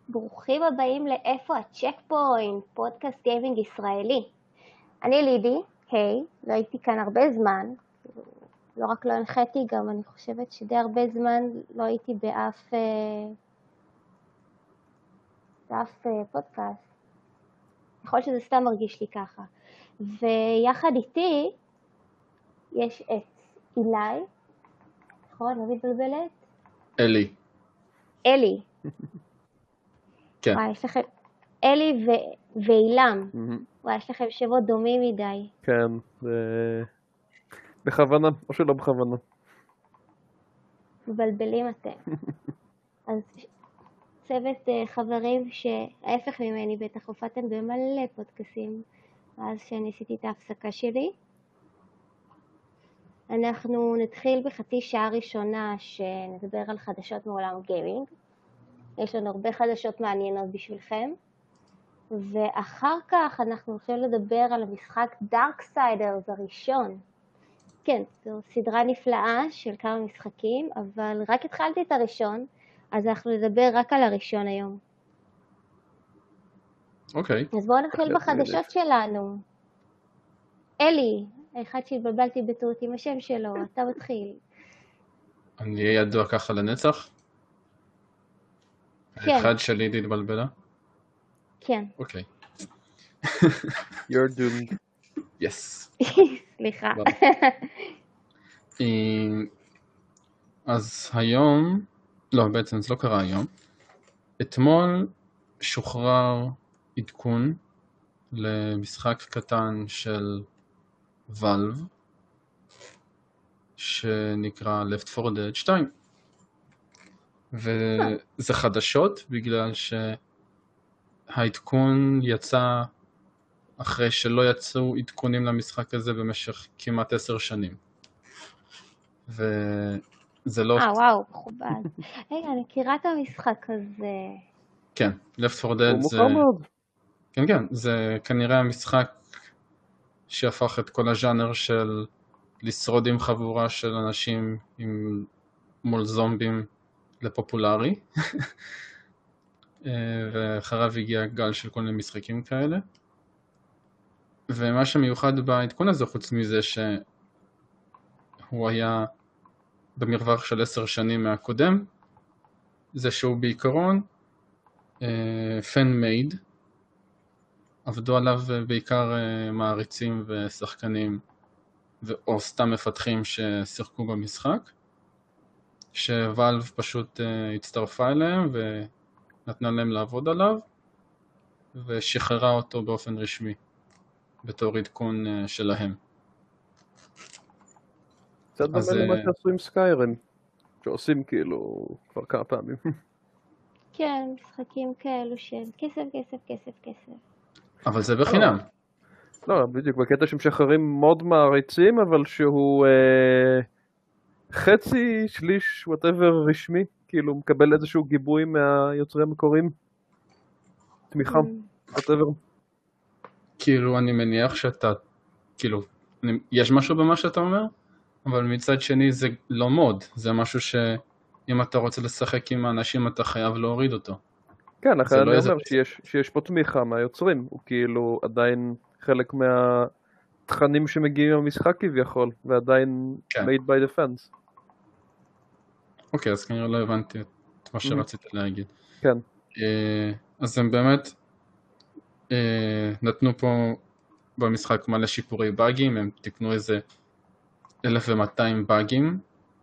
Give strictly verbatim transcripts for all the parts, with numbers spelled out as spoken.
ברוכים הבאים לאיפה הצ'ק פוינט, פודקאסט גיימינג ישראלי. אני לידי, היי, לא הייתי כאן הרבה זמן, לא רק לא הנחיתי, גם אני חושבת שדי הרבה זמן לא הייתי באף, באף פודקאסט. יכול שזה סתם מרגיש לי ככה. ויחד איתי יש את אילי, נכון? לא מתבלבלת? אלי. אלי. כן. וואי, יש לכם... אלי ו... ואילם. Mm-hmm. וואי, יש לכם שמות דומים מדי. כן, זה... בכוונה, או שלא בכוונה. מבלבלים אתם. אז צוות חברים שההפך ממני בטח הופעתם במלא פודקאסים, אז שניסיתי את ההפסקה שלי. אנחנו נתחיל בחצי שעה ראשונה שנדבר על חדשות מעולם גיימינג. יש לנו הרבה חדשות מעניינות בשבילכם. ואחר כך אנחנו הולכים לדבר על המשחק Darksiders הראשון. כן, זו סדרה נפלאה של כמה משחקים, אבל רק התחלתי את הראשון, אז אנחנו נדבר רק על הראשון היום. אוקיי. Okay. אז בואו נתחיל בחדשות שלנו. אלי, האחד שהתבלבלתי בטעות עם השם שלו, אתה מתחיל. אני אהיה ידוע ככה לנצח? כן. האחד שלי להתבלבלה? כן. אוקיי. You're doomed. Yes. סליחה. אז היום, לא, בעצם זה לא קרה היום. אתמול שוחרר עדכון למשחק קטן של Valve, שנקרא Left four Dead שתיים. וזה חדשות בגלל שהעדכון יצא אחרי שלא יצאו עדכונים למשחק הזה במשך כמעט עשר שנים. וזה לא... אה, וואו, מכובד. רגע, אני מכירה את המשחק הזה. כן, Left four Dead זה... כן, כן, זה כנראה המשחק שהפך את כל הז'אנר של לשרוד עם חבורה של אנשים עם... מול זומבים לפופולרי. ואחריו הגיע גל של כל מיני משחקים כאלה. ומה שמיוחד בעדכון הזה, חוץ מזה שהוא היה במרווח של עשר שנים מהקודם, זה שהוא בעיקרון פן מייד, עבדו עליו בעיקר מעריצים ושחקנים, או סתם מפתחים ששיחקו במשחק, שוואלב פשוט הצטרפה אליהם ונתנה להם לעבוד עליו, ושחררה אותו באופן רשמי. בתור עדכון שלהם. קצת דומה למה שעשו עם סקיירים, שעושים כאילו כבר כמה פעמים. כן, משחקים כאלו של כסף, כסף, כסף, כסף. אבל זה בחינם. לא, בדיוק, בקטע שמשחררים מוד מעריצים, אבל שהוא אה, חצי, שליש, whatever רשמי, כאילו מקבל איזשהו גיבוי מהיוצרים המקוריים, תמיכה, whatever. כאילו אני מניח שאתה, כאילו, יש משהו במה שאתה אומר, אבל מצד שני זה לא מוד, זה משהו שאם אתה רוצה לשחק עם האנשים אתה חייב להוריד אותו. כן, לכן אני אומר שיש, שיש פה תמיכה מהיוצרים, הוא כאילו עדיין חלק מהתכנים שמגיעים מהמשחק כביכול, ועדיין כן. made by the fans. אוקיי, אז כנראה לא הבנתי את מה שרציתי להגיד. כן. אז הם באמת נתנו פה במשחק מלא שיפורי באגים, הם תקנו איזה אלף ומאתיים באגים,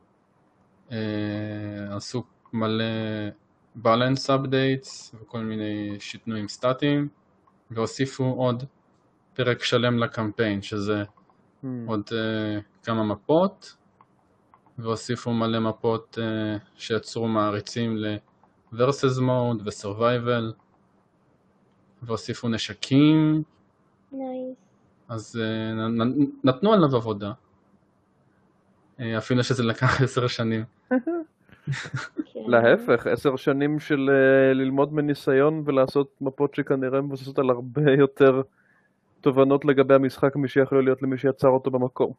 עשו מלא balance updates וכל מיני שינויים סטטיים, והוסיפו עוד פרק שלם לקמפיין, שזה hmm. עוד uh, כמה מפות, והוסיפו מלא מפות uh, שיצרו מעריצים ל-versus mode ו-survival, והוסיפו נשקים. נייס. אז uh, נ- נתנו עליו עבודה. Uh, אפילו שזה לקח עשר שנים. להפך, עשר שנים של uh, ללמוד מניסיון ולעשות מפות שכנראה מבוססות על הרבה יותר תובנות לגבי המשחק מי שיכול להיות למי שיצר אותו במקור.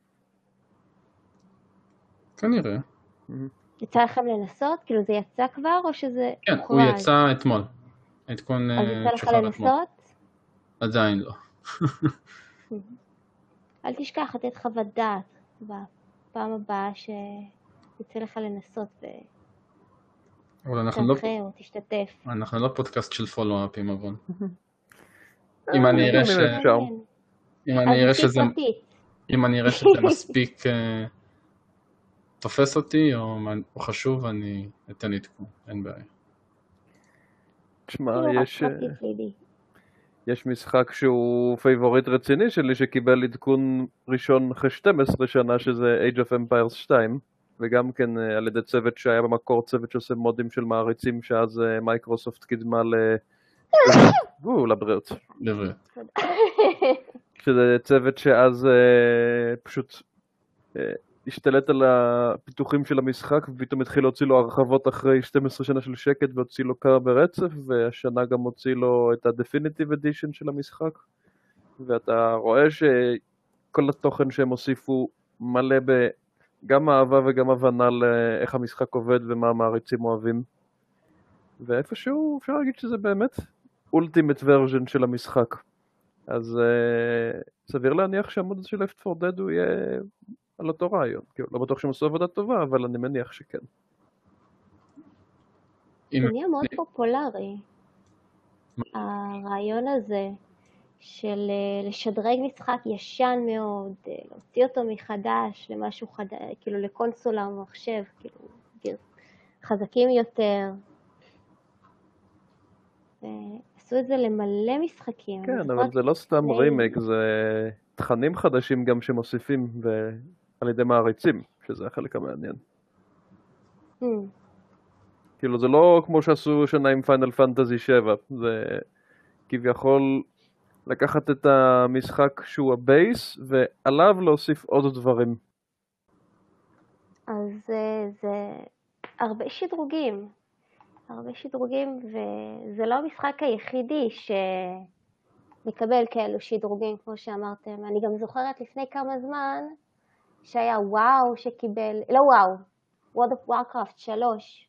כנראה. יצא לכם לנסות? כאילו זה יצא כבר או שזה... כן, הוא יצא אתמול. העדכון אז יצא לך לנסות? עדיין לא. אל תשכח לתת חוות דעת בפעם הבאה שיצא לך לנסות ותנחה או תשתתף. אנחנו לא פודקאסט של פולו-אפים, אבל אם אני אראה ש... אם אני אראה שזה... אם אני אראה שזה מספיק תופס אותי או חשוב, אני אתן עדכון, אין בעיה. תשמע, יש... יש משחק שהוא פייבוריט רציני שלי שקיבל עדכון ראשון אחרי שתים עשרה שנה, שזה Age of Empires שתיים, וגם כן על ידי צוות שהיה במקור צוות שעושה מודים של מעריצים, שאז מייקרוסופט קידמה ל... לבריאות. לבריאות. שזה צוות שאז פשוט השתלט על הפיתוחים של המשחק, ופתאום התחיל להוציא לו הרחבות אחרי שתים עשרה שנה של שקט, והוציא לו כמה ברצף, והשנה גם הוציא לו את ה-Definitive Edition של המשחק, ואתה רואה שכל התוכן שהם הוסיפו מלא גם אהבה וגם הבנה לאיך המשחק עובד ומה המעריצים אוהבים, ואיפשהו אפשר להגיד שזה באמת Ultimate Version של המשחק. אז uh, סביר להניח שהמוד של Left פור Dead הוא יהיה על אותו רעיון. כאילו, לא בטוח שהם עשו עבודה טובה, אבל אני מניח שכן. זה נהיה מאוד פופולרי, הרעיון הזה של לשדרג משחק ישן מאוד, להוציא אותו מחדש למשהו חדש, כאילו לקונסולה או מחשב, כאילו חזקים יותר. עשו את זה למלא משחקים. כן, אבל זה לא סתם רימייק, זה תכנים חדשים גם שמוסיפים על ידי מעריצים, שזה החלק המעניין. כאילו זה לא כמו שעשו שנה עם פיינל פנטזי שבע, זה כביכול לקחת את המשחק שהוא הבייס ועליו להוסיף עוד דברים. אז זה, זה הרבה שדרוגים. הרבה שדרוגים, וזה לא המשחק היחידי שמקבל כאלו שדרוגים, כמו שאמרתם. אני גם זוכרת לפני כמה זמן שהיה וואו שקיבל, לא וואו, World of Warcraft שלוש.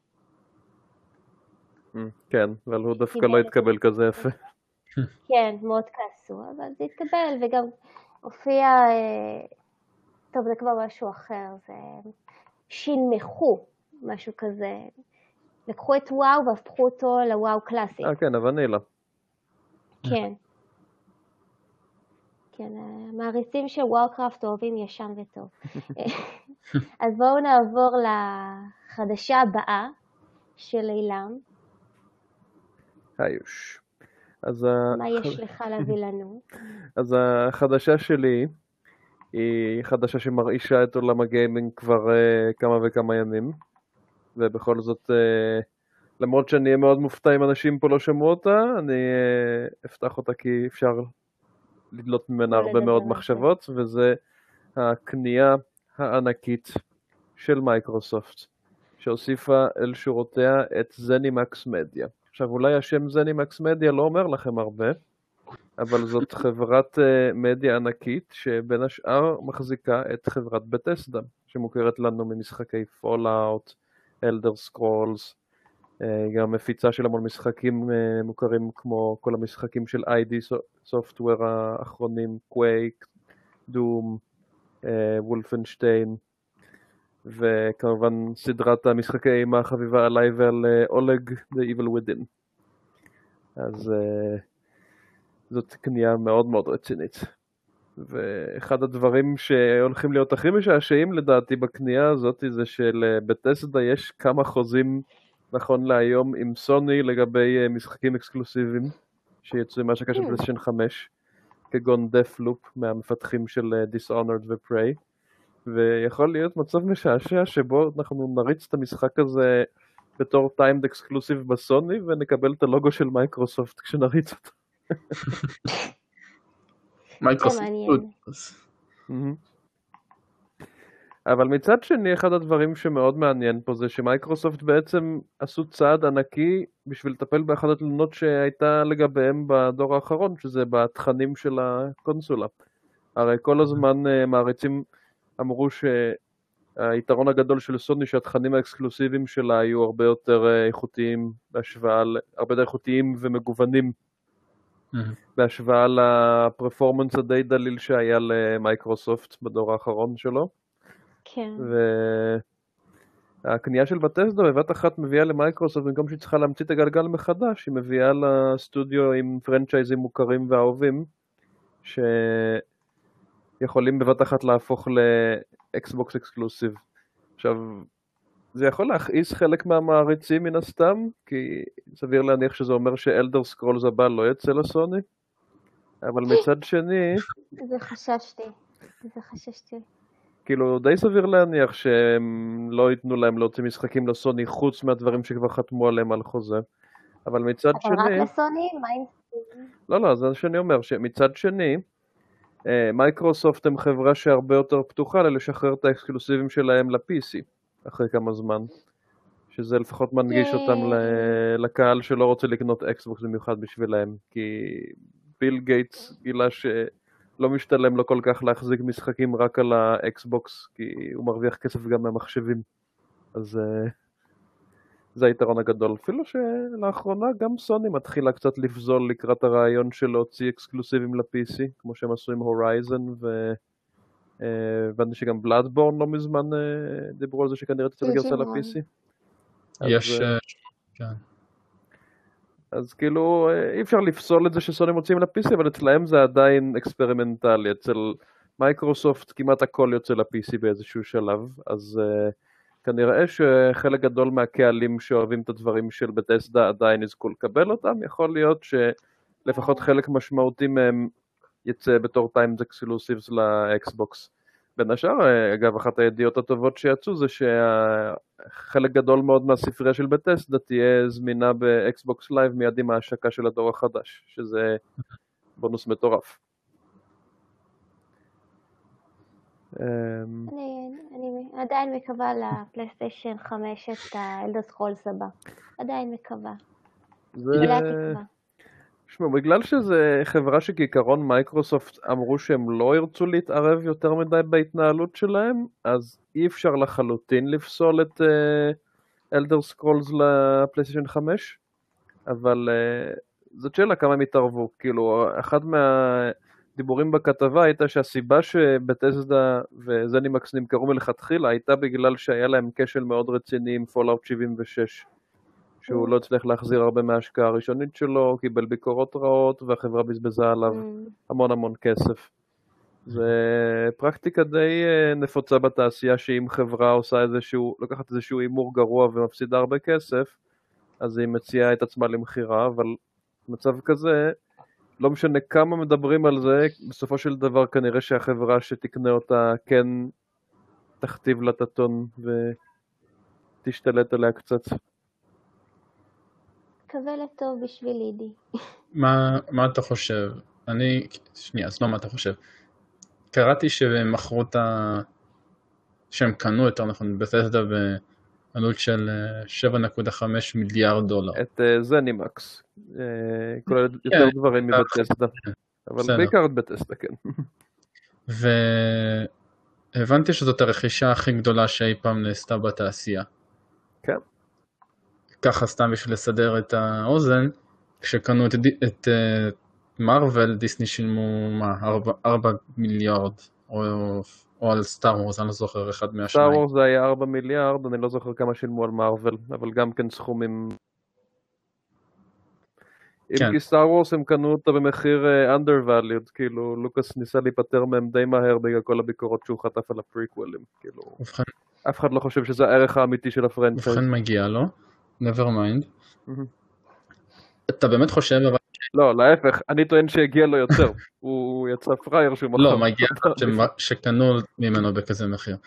כן, אבל הוא דווקא לא התקבל כזה יפה. כן, מאוד כעסו, אבל זה התקבל, וגם הופיע, טוב, זה כבר משהו אחר, זה שינמכו, משהו כזה. לקחו את וואו והפכו אותו לוואו קלאסי. אה, כן, הוונילה. כן. כן, המעריצים של ווארקראפט אוהבים ישן וטוב. אז בואו נעבור לחדשה הבאה של אילם. היוש. מה יש לך להביא לנו? אז החדשה שלי היא חדשה שמרעישה את עולם הגיימינג כבר כמה וכמה ימים. ובכל זאת, למרות שאני אהיה מאוד מופתע אם אנשים פה לא שמעו אותה, אני אפתח אותה כי אפשר לדלות ממנה הרבה מאוד מחשבות, וזה הקנייה הענקית של מייקרוסופט, שהוסיפה אל שורותיה את זנימקס מדיה. עכשיו, אולי השם זנימקס מדיה לא אומר לכם הרבה, אבל זאת חברת מדיה ענקית, שבין השאר מחזיקה את חברת בתסדה, שמוכרת לנו ממשחקי פולאאוט, אלדר סקרולס, גם מפיצה של המון משחקים מוכרים כמו כל המשחקים של איי די Software האחרונים, קווייק, דום, וולפנשטיין, וכמובן סדרת המשחקי אימה החביבה עליי ועל אולג, The Evil Within. אז זאת קנייה מאוד מאוד רצינית. ואחד הדברים שהולכים להיות הכי משעשעים לדעתי בקנייה הזאת זה שלבתסדה יש כמה חוזים נכון להיום עם סוני לגבי משחקים אקסקלוסיביים שיצאו עם השקה של פלייסטיישן חמש, כגון Deathloop מהמפתחים של Dishonored ו-Prey, ויכול להיות מצב משעשע שבו אנחנו נריץ את המשחק הזה בתור טיימד אקסקלוסיב בסוני ונקבל את הלוגו של מייקרוסופט כשנריץ אותו. מייקרוסופט. אבל מצד שני, אחד הדברים שמאוד מעניין פה זה שמייקרוסופט בעצם עשו צעד ענקי בשביל לטפל באחת התלונות שהייתה לגביהם בדור האחרון, שזה בתכנים של הקונסולה. הרי כל הזמן מעריצים אמרו היתרון הגדול של סוני שהתכנים האקסקלוסיביים שלה היו הרבה יותר איכותיים בהשוואה, הרבה יותר איכותיים ומגוונים mm-hmm. בהשוואה לפרפורמנס הדי דליל שהיה למייקרוסופט בדור האחרון שלו. כן. והקנייה של בטסדה בבת אחת מביאה למייקרוסופט, במקום שהיא צריכה להמציא את הגלגל מחדש, היא מביאה לסטודיו עם פרנצ'ייזים מוכרים ואהובים, שיכולים בבת אחת להפוך לאקסבוקס אקסקלוסיב. עכשיו, זה יכול להכעיס חלק מהמעריצים מן הסתם, כי סביר להניח שזה אומר שאלדר סקרולס הבא לא יצא לסוני, אבל מצד שני... זה חששתי, זה חששתי. כאילו, די סביר להניח שהם לא ייתנו להם להוציא משחקים לסוני חוץ מהדברים שכבר חתמו עליהם על חוזה. אבל מצד שני... אבל רק לסוני? מה עם... לא, לא, זה שאני אומר, שמצד שני, מייקרוסופט הם חברה שהרבה יותר פתוחה ללשחרר את האקסקלוסיבים שלהם ל-פי סי, אחרי כמה זמן. שזה לפחות מנגיש אותם לקהל שלא רוצה לקנות אקסבוקס במיוחד בשבילהם. כי ביל גייטס גילה ש... לא משתלם לו כל כך להחזיק משחקים רק על האקסבוקס, כי הוא מרוויח כסף גם מהמחשבים. אז uh, זה היתרון הגדול. אפילו שלאחרונה גם סוני מתחילה קצת לפזול לקראת הרעיון של להוציא אקסקלוסיבים ל-פי סי, כמו שהם עשו עם הורייזן, והבנתי uh, שגם בלאדבורן לא מזמן uh, דיברו על זה שכנראה תצא לגרסה ל-פי סי. יש... אז, uh, כן. אז כאילו אי אפשר לפסול את זה שסוני מוצאים ל-פי סי, אבל אצלהם זה עדיין אקספרימנטלי. אצל מייקרוסופט כמעט הכל יוצא ל-פי סי באיזשהו שלב, אז uh, כנראה שחלק גדול מהקהלים שאוהבים את הדברים של בטסדה עדיין יזכו לקבל אותם. יכול להיות שלפחות חלק משמעותי מהם יצא בתור טיימס אקסקלוסיבס לאקסבוקס. בין השאר, אגב, אחת הידיעות הטובות שיצאו זה שחלק גדול מאוד מהספרייה של בטסדה תהיה זמינה באקסבוקס לייב מיד עם ההשקה של הדור החדש, שזה בונוס מטורף. אני עדיין מקווה לפלייסטיישן חמש את האלדר סקרולס הבא. עדיין מקווה. בגלל תקווה. שמעו, בגלל שזה חברה שכעיקרון מייקרוסופט אמרו שהם לא ירצו להתערב יותר מדי בהתנהלות שלהם, אז אי אפשר לחלוטין לפסול את אלדר סקרולס לפלייסטיישן חמש, אבל uh, זאת שאלה כמה הם התערבו. כאילו, אחד מהדיבורים בכתבה הייתה שהסיבה שבטסדה וזנימקס נמכרו מלכתחילה הייתה בגלל שהיה להם כשל מאוד רציני עם פולאאוט שבעים ושש. שהוא לא הצליח להחזיר הרבה מההשקעה הראשונית שלו, קיבל ביקורות רעות, והחברה בזבזה עליו המון המון כסף. זה פרקטיקה די נפוצה בתעשייה, שאם חברה עושה איזשהו, לוקחת איזשהו אימור גרוע ומפסידה הרבה כסף, אז היא מציעה את עצמה למחירה, אבל במצב כזה, לא משנה כמה מדברים על זה, בסופו של דבר כנראה שהחברה שתקנה אותה כן תכתיב לה את הטון ותשתלט עליה קצת. מקווה לטוב בשביל לידי. מה, מה אתה חושב? אני, שנייה, אז לא מה אתה חושב. קראתי שמכרו את ה... שהם קנו יותר נכון, בטסדה בעלות של שבע נקודה חמש מיליארד דולר. את זנימקס. כולל יותר דברים מבטסדה. אבל בעיקר את בטסדה, כן. והבנתי שזאת הרכישה הכי גדולה שאי פעם נעשתה בתעשייה. כן. ככה סתם בשביל לסדר את האוזן, כשקנו את, את מרוול, דיסני שילמו מה, ארבע מיליארד, או, או על סטאר וורס, אני לא זוכר אחד מהשניים. סטאר וורס זה היה ארבע מיליארד, אני לא זוכר כמה שילמו על מרוול, אבל גם כן סכומים... כן. אם כי סטאר וורס הם קנו אותה במחיר uh, undervalued, כאילו לוקאס ניסה להיפטר מהם די מהר בגלל כל הביקורות שהוא חטף על הפריקוולים, כאילו... ובכן... אף אחד לא חושב שזה הערך האמיתי של הפרנצ'ייז. ובכן מגיע לו. never mind. אתה באמת חושב אבל... לא, להפך, אני טוען שהגיע לו יותר. הוא יצא פרייר שהוא מחר. לא, מגיע שקנו ממנו בכזה מחיר.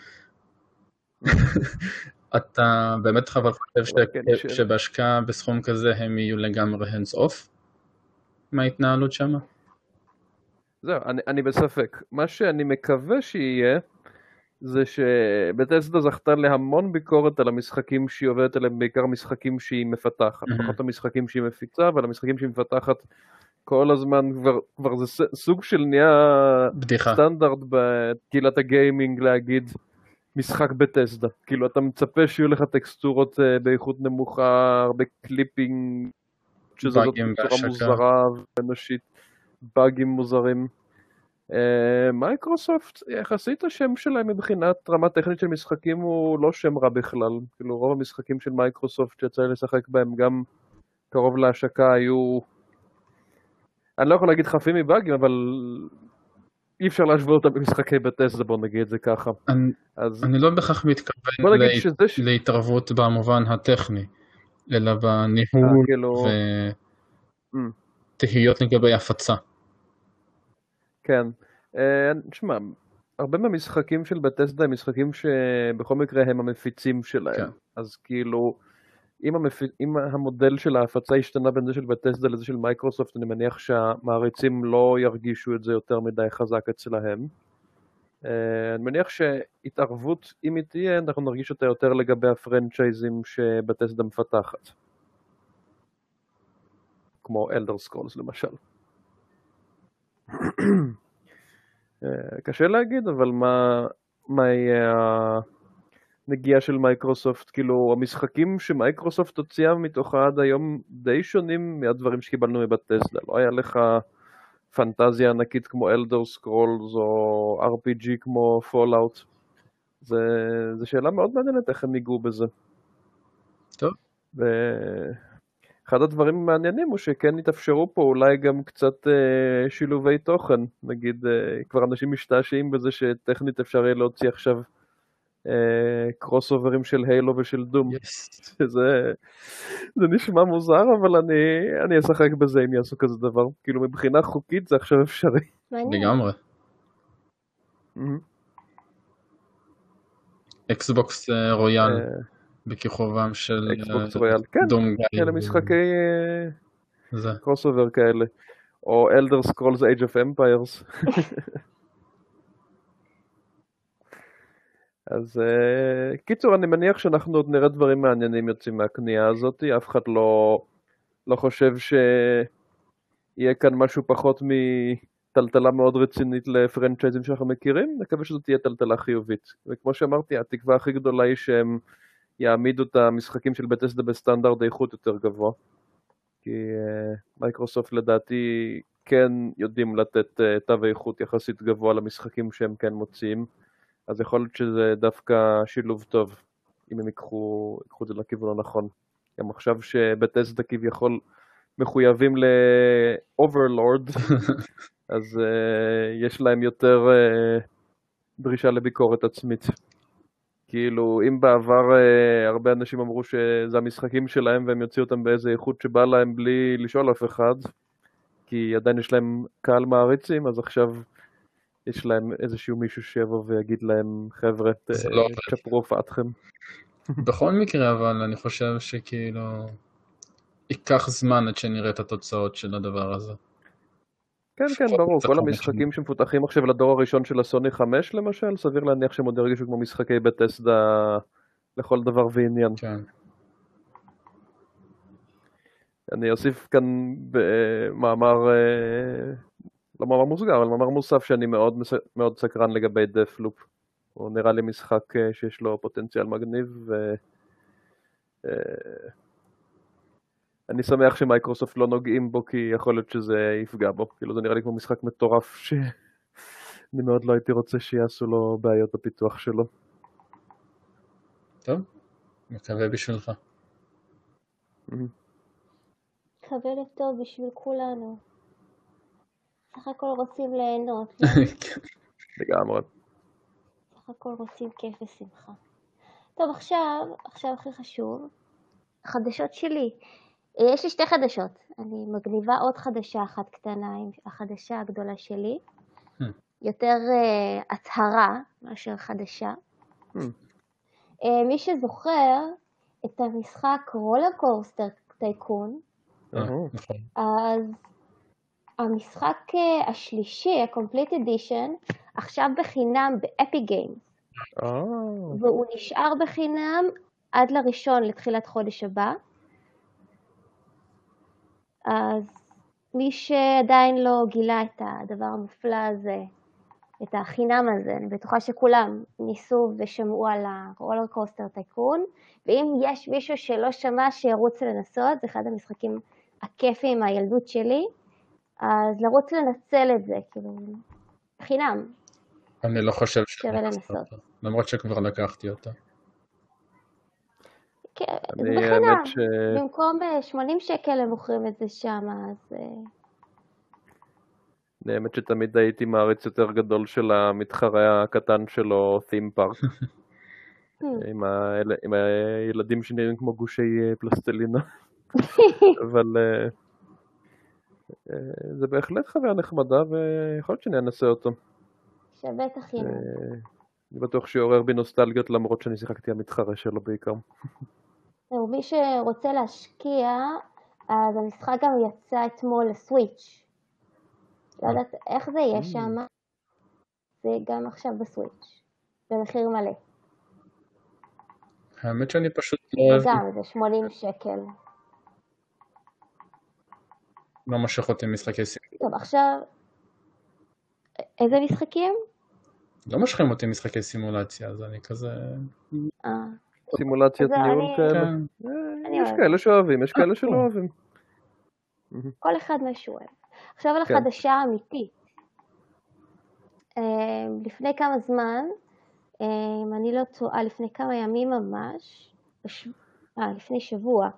אתה באמת חבל חושב שבהשקעה בסכום כזה הם יהיו לגמרי hands off מההתנהלות שם? זהו, אני בספק. מה שאני מקווה שיהיה זה שבטסדה זכתה להמון ביקורת על המשחקים שהיא עובדת עליהם, בעיקר משחקים שהיא מפתחת, פחות המשחקים שהיא מפיצה, אבל המשחקים שהיא מפתחת כל הזמן כבר, כבר זה סוג של נהיה בדיחה. סטנדרט בקהילת הגיימינג להגיד משחק בטסדה. כאילו, אתה מצפה שיהיו לך טקסטורות באיכות נמוכה, הרבה קליפינג, שזה זאת בצורה מוזרה ואנושית, באגים מוזרים. מייקרוסופט, יחסית השם שלהם מבחינת רמה טכנית של משחקים הוא לא שם רע בכלל. כאילו, רוב המשחקים של מייקרוסופט שיצא לי לשחק בהם גם קרוב להשקה היו, אני לא יכול להגיד חפים מבאגים, אבל אי אפשר להשוות אותם במשחקי בטסדה, בוא נגיד את זה ככה. אני, אז... אני לא בכך מתכוון לה... ש... להתערבות במובן הטכני, אלא בניהול כאילו... ותהיות mm. לגבי הפצה. כן. תשמע, הרבה מהמשחקים של בטסדה הם משחקים שבכל מקרה הם המפיצים שלהם. כן. אז כאילו, אם, המפ... אם המודל של ההפצה השתנה בין זה של בטסדה לזה של מייקרוסופט, אני מניח שהמעריצים לא ירגישו את זה יותר מדי חזק אצלהם. אני מניח שהתערבות, אם היא תהיה, אנחנו נרגיש אותה יותר לגבי הפרנצ'ייזים שבטסדה מפתחת. כמו אלדר סקרולס למשל. קשה להגיד, אבל מה, מה יהיה הנגיעה של מייקרוסופט? כאילו, המשחקים שמייקרוסופט הוציאה מתוכה עד היום די שונים מהדברים שקיבלנו מבטסדה. לא היה לך פנטזיה ענקית כמו אלדר סקרולס או אר פי ג'י כמו פולאוט. זה, זה שאלה מאוד מעניינת איך הם ניגעו בזה. טוב. ו... אחד הדברים המעניינים הוא שכן התאפשרו פה אולי גם קצת אה, שילובי תוכן. נגיד, אה, כבר אנשים משתעשעים בזה שטכנית אפשר יהיה להוציא עכשיו אה, קרוס אוברים של הילו ושל דום. Yes. שזה זה נשמע מוזר, אבל אני, אני אשחק בזה אם יעשו כזה דבר. כאילו מבחינה חוקית זה עכשיו אפשרי. לגמרי. אקסבוקס רויאל. בכיכובם של אקסבוקס רויאל, כן, כאלה משחקי זה. קרוס אובר כאלה, או אלדר סקרולס Age of Empires. אז קיצור, אני מניח שאנחנו עוד נראה דברים מעניינים יוצאים מהקנייה הזאת. אף אחד לא, לא חושב שיהיה כאן משהו פחות מטלטלה מאוד רצינית לפרנצ'ייזים שאנחנו מכירים. נקווה שזאת תהיה טלטלה חיובית, וכמו שאמרתי, התקווה הכי גדולה היא שהם יעמידו את המשחקים של בטסדה בסטנדרט איכות יותר גבוה, כי מייקרוסופט לדעתי כן יודעים לתת תו איכות יחסית גבוה למשחקים שהם כן מוציאים, אז יכול להיות שזה דווקא שילוב טוב אם הם ייקחו, ייקחו את זה לכיוון הנכון. גם עכשיו שבטסדה כביכול מחויבים ל-Overlord, אז uh, יש להם יותר uh, דרישה לביקורת עצמית. כאילו, אם בעבר אה, הרבה אנשים אמרו שזה המשחקים שלהם והם יוציאו אותם באיזה איכות שבא להם בלי לשאול אף אחד, כי עדיין יש להם קהל מעריצים, אז עכשיו יש להם איזשהו מישהו שיבוא ויגיד להם, חבר'ה, תשפרו הופעתכם. בכל מקרה, אבל אני חושב שכאילו, ייקח זמן עד שנראה את התוצאות של הדבר הזה. כן, כן, ברור. כל המשחקים שמפותחים עכשיו לדור הראשון של הסוני חמש למשל, סביר להניח שהם עוד ירגישו כמו משחקי בטסדה לכל דבר ועניין. כן. אני אוסיף כאן במאמר, לא מאמר מוסגר, אבל מאמר מוסף שאני מאוד, מאוד סקרן לגבי דפלופ. הוא נראה לי משחק שיש לו פוטנציאל מגניב, ו... אני שמח שמייקרוסופט לא נוגעים בו, כי יכול להיות שזה יפגע בו. כאילו זה נראה לי כמו משחק מטורף שאני מאוד לא הייתי רוצה שיעשו לו בעיות בפיתוח שלו. טוב, מקווה בשבילך. מקווה לטוב בשביל כולנו. סך הכל רוצים ליהנות. לגמרי. סך הכל רוצים כיף ושמחה. טוב, עכשיו, עכשיו הכי חשוב, החדשות שלי. יש לי שתי חדשות, אני מגניבה עוד חדשה אחת קטנה, החדשה הגדולה שלי, יותר uh, הצהרה מאשר חדשה. Uh, מי שזוכר את המשחק רולר קוסטר טייקון, אז המשחק uh, השלישי, ה-Complete Edition, עכשיו בחינם באפי גיימס, והוא נשאר בחינם עד לראשון לתחילת חודש הבא. אז מי שעדיין לא גילה את הדבר המופלא הזה, את החינם הזה. אני בטוחה שכולם ניסו ושמעו על הרולר קוסטר טייקון, ואם יש מישהו שלא שמע שירוץ לנסות, זה אחד המשחקים הכיפים מהילדות שלי, אז לרוץ לנצל את זה, כאילו, חינם. אני לא חושב שווה לנסות. למרות שכבר לקחתי אותה. כן, זה בחינם. ש... במקום שמונים שקל הם מוכרים את זה שם, אז... האמת שתמיד הייתי מעריץ יותר גדול של המתחרה הקטן שלו, Theme Park. עם, ה... עם הילדים שנראים כמו גושי פלסטלינה. אבל זה בהחלט חוויה נחמדה, ויכול להיות שאני אנסה אותו. שווה את החינם. אני בטוח שיעורר בי נוסטלגיות, למרות שאני שיחקתי המתחרה שלו בעיקר. מי שרוצה להשקיע, אז המשחק גם יצא אתמול לסוויץ'. לא יודעת איך זה יהיה שם, זה גם עכשיו בסוויץ', במחיר מלא. האמת שאני פשוט... גם, זה שמונים שקל. לא משך אותי משחקי סימולציה. טוב, עכשיו, איזה משחקים? לא משכים אותי משחקי סימולציה, אז אני כזה... סימולציית ניהול כאלה. יש כאלה שאוהבים, יש כאלה שלא אוהבים. כל אחד מה שהוא אוהב. עכשיו על החדשה אמיתית. לפני כמה זמן, אני לא טועה, לפני כמה ימים ממש, לפני שבוע,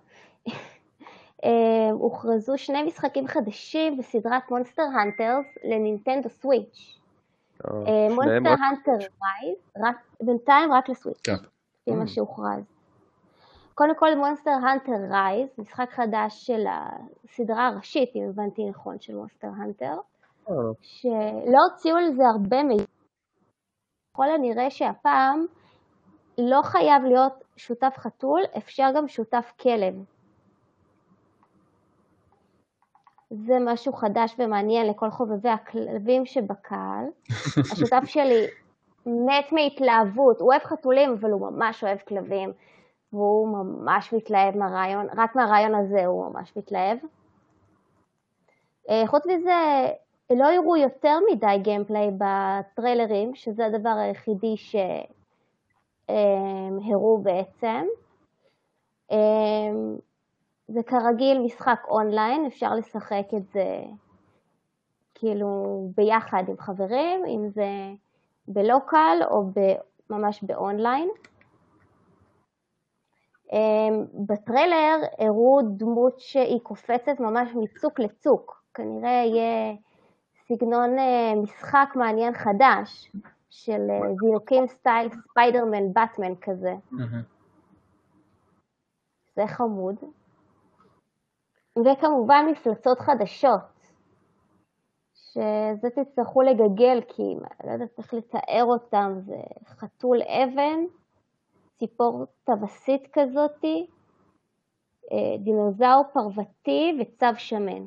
הוכרזו שני משחקים חדשים בסדרת מונסטר הנטרס לנינטנדו סוויץ'. מונסטר הנטר רייז, בינתיים רק לסוויץ', לפי מה שהוכרז. קודם כל מונסטר הנטר רייז, משחק חדש של הסדרה הראשית, אם הבנתי נכון, של מונסטר הנטר, שלא הוציאו לזה הרבה מידע. ככל הנראה שהפעם לא חייב להיות שותף חתול, אפשר גם שותף כלב. זה משהו חדש ומעניין לכל חובבי הכלבים שבקהל. השותף שלי מת מהתלהבות, הוא אוהב חתולים אבל הוא ממש אוהב כלבים, והוא ממש מתלהב מהרעיון, רק מהרעיון הזה הוא ממש מתלהב. חוץ מזה, לא יראו יותר מדי גיימפליי בטריילרים, שזה הדבר היחידי שהראו בעצם. זה כרגיל משחק אונליין, אפשר לשחק את זה כאילו ביחד עם חברים, אם זה בלוקל או ממש באונליין. בטריילר הראו דמות שהיא קופצת ממש מצוק לצוק, כנראה יהיה סגנון משחק מעניין חדש של זינוקים סטייל ספיידרמן באטמן כזה. זה חמוד. וכמובן מפלצות חדשות, שזה תצטרכו לגגל, כי לא יודעת איך לתאר אותם, זה חתול אבן, ציפור טווסית כזאת, דינוזאור פרוותי וצב שמן.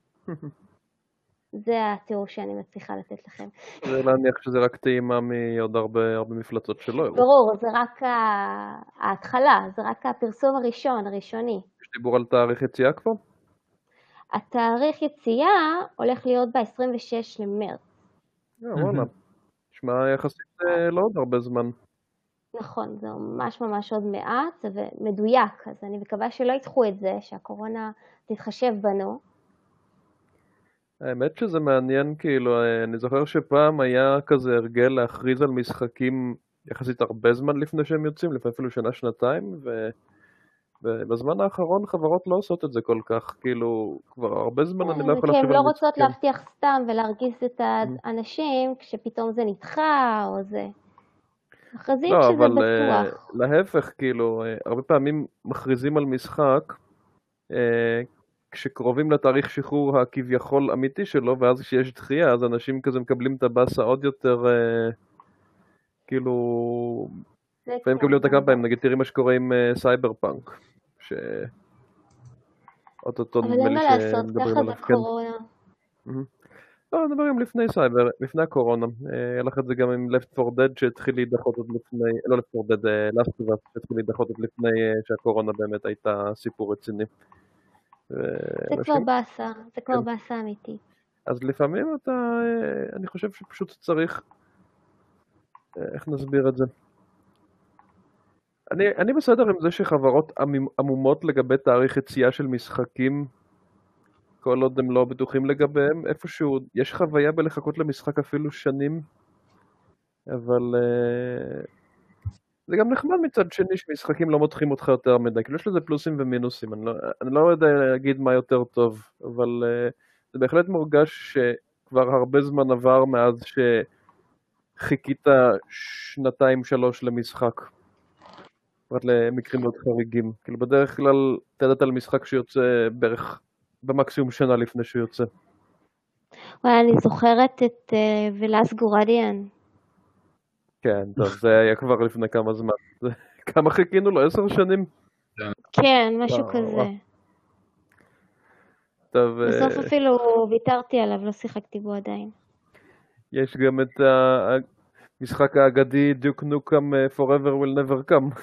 זה התיאור שאני מצליחה לתת לכם. זה להניח שזה רק טעימה מעוד הרבה, הרבה מפלצות שלא יראו. ברור, זה רק ההתחלה, זה רק הפרסום הראשון, הראשוני. יש דיבור על תאריך יציאה כבר? התאריך יציאה הולך להיות ב-עשרים ושש למרץ. וואלה, נשמע יחסית לא עוד הרבה זמן. נכון, זה ממש ממש עוד מעט ומדויק, אז אני מקווה שלא ידחו את זה, שהקורונה תתחשב בנו. האמת שזה מעניין, כאילו, אני זוכר שפעם היה כזה הרגל להכריז על משחקים יחסית הרבה זמן לפני שהם יוצאים, לפני אפילו שנה, שנתיים, ו... ובזמן האחרון חברות לא עושות את זה כל כך, כאילו, כבר הרבה זמן אני לא יכול לחשוב על משחקים. כי הן לא רוצות להבטיח סתם ולהרגיז את האנשים, כשפתאום זה נדחה או זה. מכריזים שזה בטוח. לא, אבל להפך, כאילו, הרבה פעמים מכריזים על משחק, כשקרובים לתאריך שחרור הכביכול אמיתי שלו, ואז כשיש דחייה, אז אנשים כזה מקבלים את הבאסה עוד יותר, כאילו... והם מקבלים אותה כמה פעמים, נגיד תראי מה שקורה עם סייבר פאנק, ש... אבל אין מה לעשות, ככה זה קורונה. לא, נדברים לפני סייבר, לפני הקורונה. היה לך את זה גם עם Left פור Dead שהתחיל להידחות עוד לפני, לא Left פור Dead, Last of Us שהתחיל להידחות עוד לפני שהקורונה באמת הייתה סיפור רציני. זה כבר באסה, זה כבר באסה אמיתית. אז לפעמים אתה, אני חושב שפשוט צריך איך נסביר את זה? אני, אני בסדר עם זה שחברות עמומות לגבי תאריך יציאה של משחקים, כל עוד הם לא בטוחים לגביהם, איפשהו יש חוויה בלחכות למשחק אפילו שנים, אבל uh, זה גם נחמד מצד שני שמשחקים לא מותחים אותך יותר מדי, כאילו יש לזה פלוסים ומינוסים, אני לא, אני לא יודע להגיד מה יותר טוב, אבל uh, זה בהחלט מורגש שכבר הרבה זמן עבר מאז שחיכית שנתיים שלוש למשחק. פרט למקרים מאוד חריגים. כאילו בדרך כלל תדעת על משחק שיוצא בערך במקסימום שנה לפני שהוא יוצא. וואי, אני זוכרת את The Last Guardian. כן, טוב, זה היה כבר לפני כמה זמן. כמה חיכינו לו? עשר שנים? כן, משהו כזה. טוב... בסוף אפילו ויתרתי עליו, לא שיחקתי בו עדיין. יש גם את המשחק האגדי Duke Nukem Forever Will Never Come.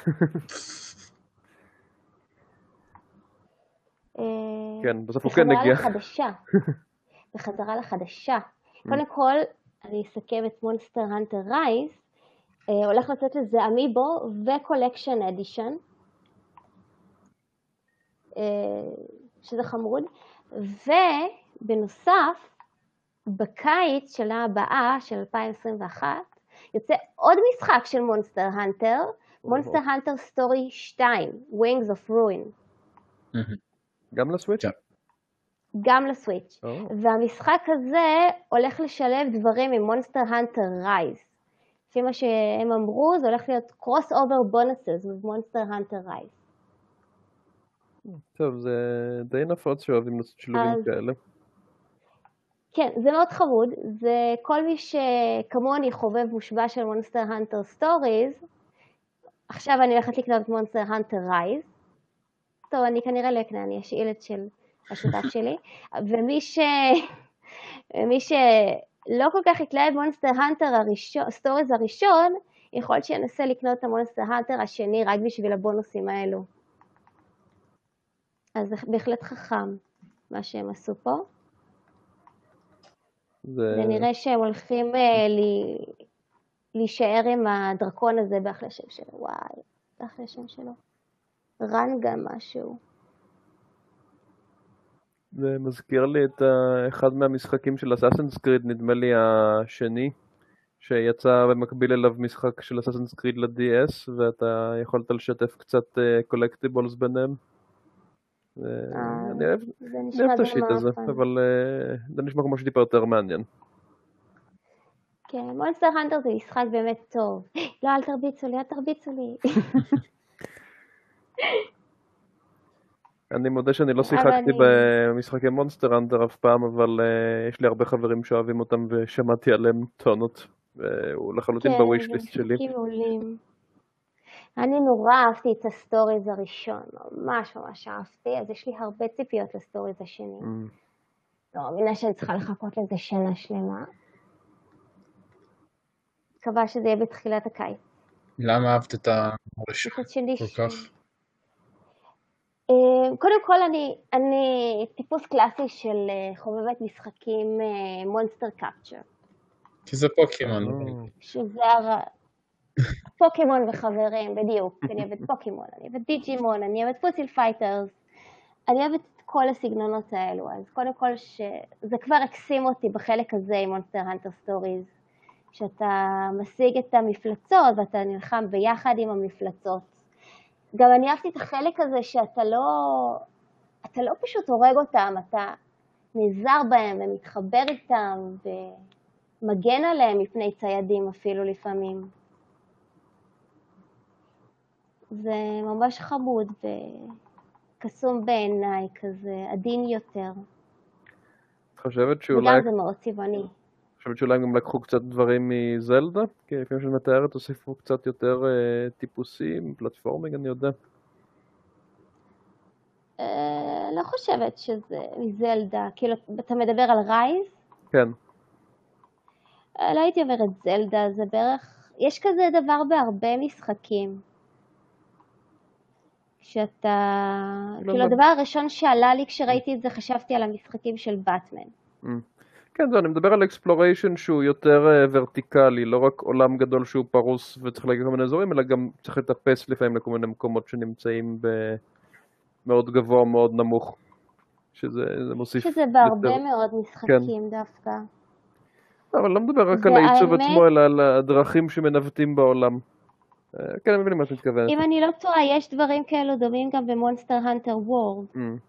כן, בסוף הוא כן הגיע. בחזרה לחדשה. בחזרה לחדשה. קודם כל, אני אסכם את מונסטר הנטר רייז. הולך לצאת לזה אמיבו וקולקשן אדישן. שזה חמוד. ובנוסף, בקיץ שלה הבאה, של אלפיים עשרים ואחת, יוצא עוד משחק של מונסטר הנטר, מונסטר הנטר סטורי שתיים, Wings of Ruin. גם לסוויץ'? גם לסוויץ'. והמשחק הזה הולך לשלב דברים עם מונסטר הנטר רייז. לפי מה שהם אמרו, זה הולך להיות קרוס אובר בונוסס במונסטר הנטר רייז. טוב, זה די נפוץ שאוהבים לעשות שילובים כאלה. כן, זה מאוד חמוד. זה כל מי שכמוני חובב מושבע של מונסטר הנטר סטוריז. עכשיו אני הולכת לקנות את מונסטר הנטר רייז. טוב, אני כנראה לא אקנה, אני אשאיל את של השותף שלי. ומי ש... מי שלא כל כך יקלה את מונסטר הנטר הראשון, סטוריז הראשון, יכול להיות שינסה לקנות את המונסטר הנטר השני רק בשביל הבונוסים האלו. אז זה בהחלט חכם מה שהם עשו פה. זה, זה נראה שהם הולכים אה, לי... להישאר עם הדרקון הזה באחלה שם שלו. וואי, באחלה שם שלו. רנגה משהו. זה מזכיר לי את אחד מהמשחקים של אסאסינס קריד, נדמה לי השני, שיצא במקביל אליו משחק של אסאסינס קריד ל-די אס, ואתה יכולת לשתף קצת קולקטיבולס ביניהם. אני אוהב את השיט הזה, אבל זה נשמע כמו שטיפה יותר מעניין. כן, מונסטר הנטר זה משחק באמת טוב. לא, אל תרביצו לי, אל תרביצו לי. אני מודה שאני לא שיחקתי במשחקי מונסטר הנטר אף פעם, אבל יש לי הרבה חברים שאוהבים אותם ושמעתי עליהם טונות, והוא לחלוטין בווישליסט שלי. כן, זה משחקים מעולים. אני נורא אהבתי את הסטוריז הראשון, ממש ממש אהבתי, אז יש לי הרבה ציפיות לסטוריז השני. לא, מאמינה שאני צריכה לחכות לזה שנה שלמה. מקווה שזה יהיה בתחילת הקיץ. למה אהבת את הראשון כל כך? קודם כל, אני, אני טיפוס קלאסי של חובבת משחקים מונסטר קפצ'ר. כי זה פוקימון. שזה הר... פוקימון וחברים, בדיוק. אני אוהבת פוקימון, אני אוהבת דיג'ימון, אני אוהבת פוסיל פייטרס. אני אוהבת את כל הסגנונות האלו. אז קודם כל, שזה כבר הקסים אותי בחלק הזה עם מונסטר הנטר סטוריז. שאתה משיג את המפלצות ואתה נלחם ביחד עם המפלצות. גם אני אהבתי את החלק הזה שאתה לא, אתה לא פשוט הורג אותם, אתה נזר בהם ומתחבר איתם ומגן עליהם מפני ציידים אפילו לפעמים. זה ממש חמוד וקסום בעיניי, כזה עדין יותר. את חושבת שאולי... וגם זה מאוד צבעוני. אני חושבת שאולי גם לקחו קצת דברים מזלדה, כי לפעמים שאני מתארת הוסיפו קצת יותר אה, טיפוסים, פלטפורמינג, אני יודע. אה, לא חושבת שזה מזלדה, כאילו אתה מדבר על רייז? כן. אה, לא הייתי אומרת זלדה, זה בערך, יש כזה דבר בהרבה משחקים. שאתה, לא כאילו לא. הדבר הראשון שעלה לי כשראיתי את זה, חשבתי על המשחקים של באטמן. Mm. כן, זה, אני מדבר על אקספלוריישן שהוא יותר uh, ורטיקלי, לא רק עולם גדול שהוא פרוס וצריך להגיע כל מיני אזורים, אלא גם צריך לטפס לפעמים לכל מיני מקומות שנמצאים במאוד גבוה, מאוד נמוך, שזה מוסיף שזה בהרבה יותר. מאוד משחקים כן. דווקא. אבל לא מדבר רק על העיצוב האמת... עצמו, אלא על הדרכים שמנווטים בעולם. כן, אני מבין מה את מתכוונת. אם אני לא טועה, יש דברים כאלו דומים גם במונסטר הנטר וורד.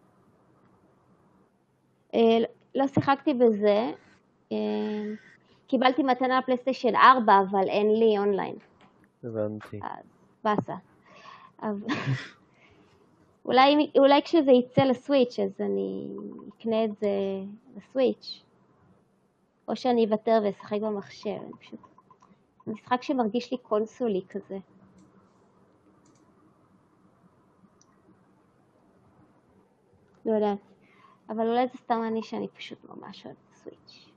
לא שיחקתי בזה, קיבלתי מתנה פלייסטיישן ארבע, אבל אין לי אונליין. הבנתי. אז בסה. אולי, אולי כשזה יצא לסוויץ' אז אני אקנה את זה לסוויץ'. או שאני אוותר ואשחק במחשב. אני פשוט... משחק שמרגיש לי קונסולי כזה. לא יודעת. אבל אולי זה סתם אני שאני פשוט ממש אוהבת סוויץ'.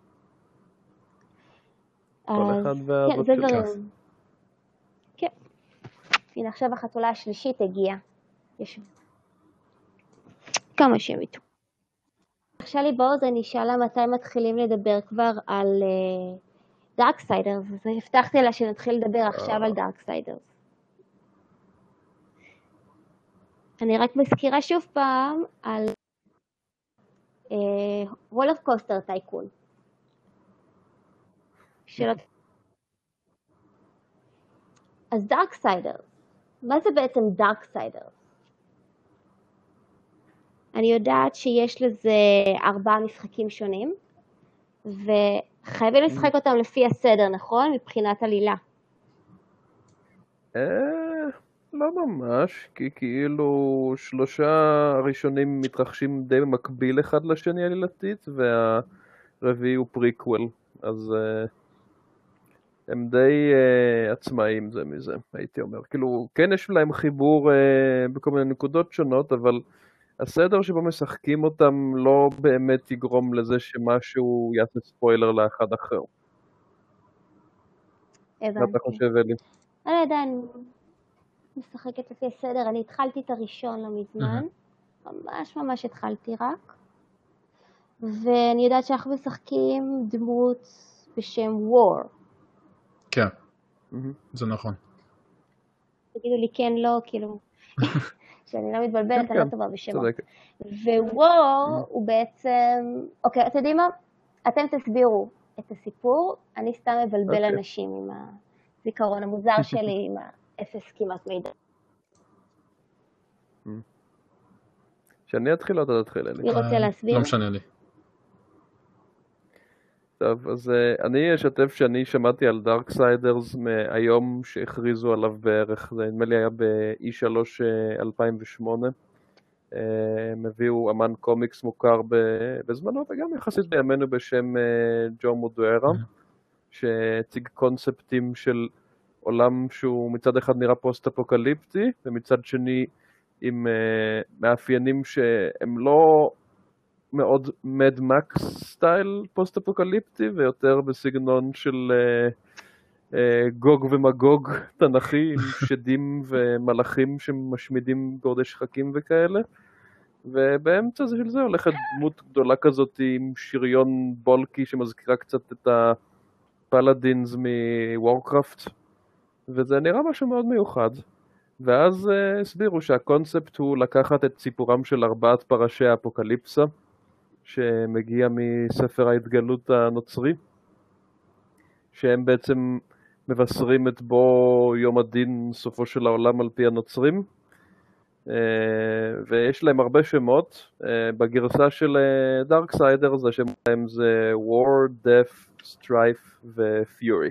כל אחד והאהבות שלך. כן. הנה עכשיו החתולה השלישית הגיעה. יש כמה שהם איתו. עכשיו לי באוזן היא שאלה מתי מתחילים לדבר כבר על דארקסיידרס, אז הבטחתי לה שנתחיל לדבר עכשיו על דארקסיידרס. אני רק מזכירה שוב פעם על רולר קוסטר טייקון. אז דארקסיידרס, מה זה בעצם דארקסיידרס? אני יודעת שיש לזה ארבעה משחקים שונים, וחייבים לשחק אותם לפי הסדר, נכון? מבחינת עלילה. אה, לא ממש, כי כאילו שלושה הראשונים מתרחשים די במקביל אחד לשני עלילתית, והרביעי הוא פריקוול, אז הם די עצמאיים זה מזה, הייתי אומר. כאילו, כן יש להם חיבור בכל מיני נקודות שונות, אבל הסדר שבו משחקים אותם לא באמת יגרום לזה שמשהו יעשה ספוילר לאחד אחר. הבנתי. מה אתה חושב, אלי? אני עדיין משחקת לפי הסדר, אני התחלתי את הראשון לא מזמן, ממש ממש התחלתי רק, ואני יודעת שאנחנו משחקים דמות בשם וור. כן, זה נכון. תגידו לי כן, לא, כאילו... שאני לא מתבלבלת, אני לא טובה בשמות. ווור הוא בעצם, אוקיי, אתם יודעים מה? אתם תסבירו את הסיפור, אני סתם מבלבל אנשים עם הזיכרון המוזר שלי, עם האפס כמעט מידע. שאני אתחיל או אתה תתחיל, אלי? מי רוצה להסביר? לא משנה לי. טוב, אז אני אשתף שאני שמעתי על דארקסיידרס מהיום שהכריזו עליו בערך, זה נדמה לי היה ב-אי שלוש אלפיים ושמונה. הם הביאו אמן קומיקס מוכר בזמנו, וגם יחסית בימינו בשם ג'ו מודוארה, שהציג קונספטים של עולם שהוא מצד אחד נראה פוסט-אפוקליפטי, ומצד שני עם מאפיינים שהם לא... מאוד מד מקס סטייל פוסט-אפוקליפטי, ויותר בסגנון של uh, uh, גוג ומגוג תנכי, עם שדים ומלאכים שמשמידים גורדי שחקים וכאלה. ובאמצע של זה הולכת דמות גדולה כזאת עם שריון בולקי שמזכירה קצת את הפלאדינס מוורקראפט, וזה נראה משהו מאוד מיוחד. ואז uh, הסבירו שהקונספט הוא לקחת את סיפורם של ארבעת פרשי האפוקליפסה, שמגיע מספר ההתגלות הנוצרי, שהם בעצם מבשרים את בו יום הדין סופו של העולם על פי הנוצרים, ויש להם הרבה שמות. בגרסה של דארקסיידרס השמות להם זה War, Death, Strife ו-Fury,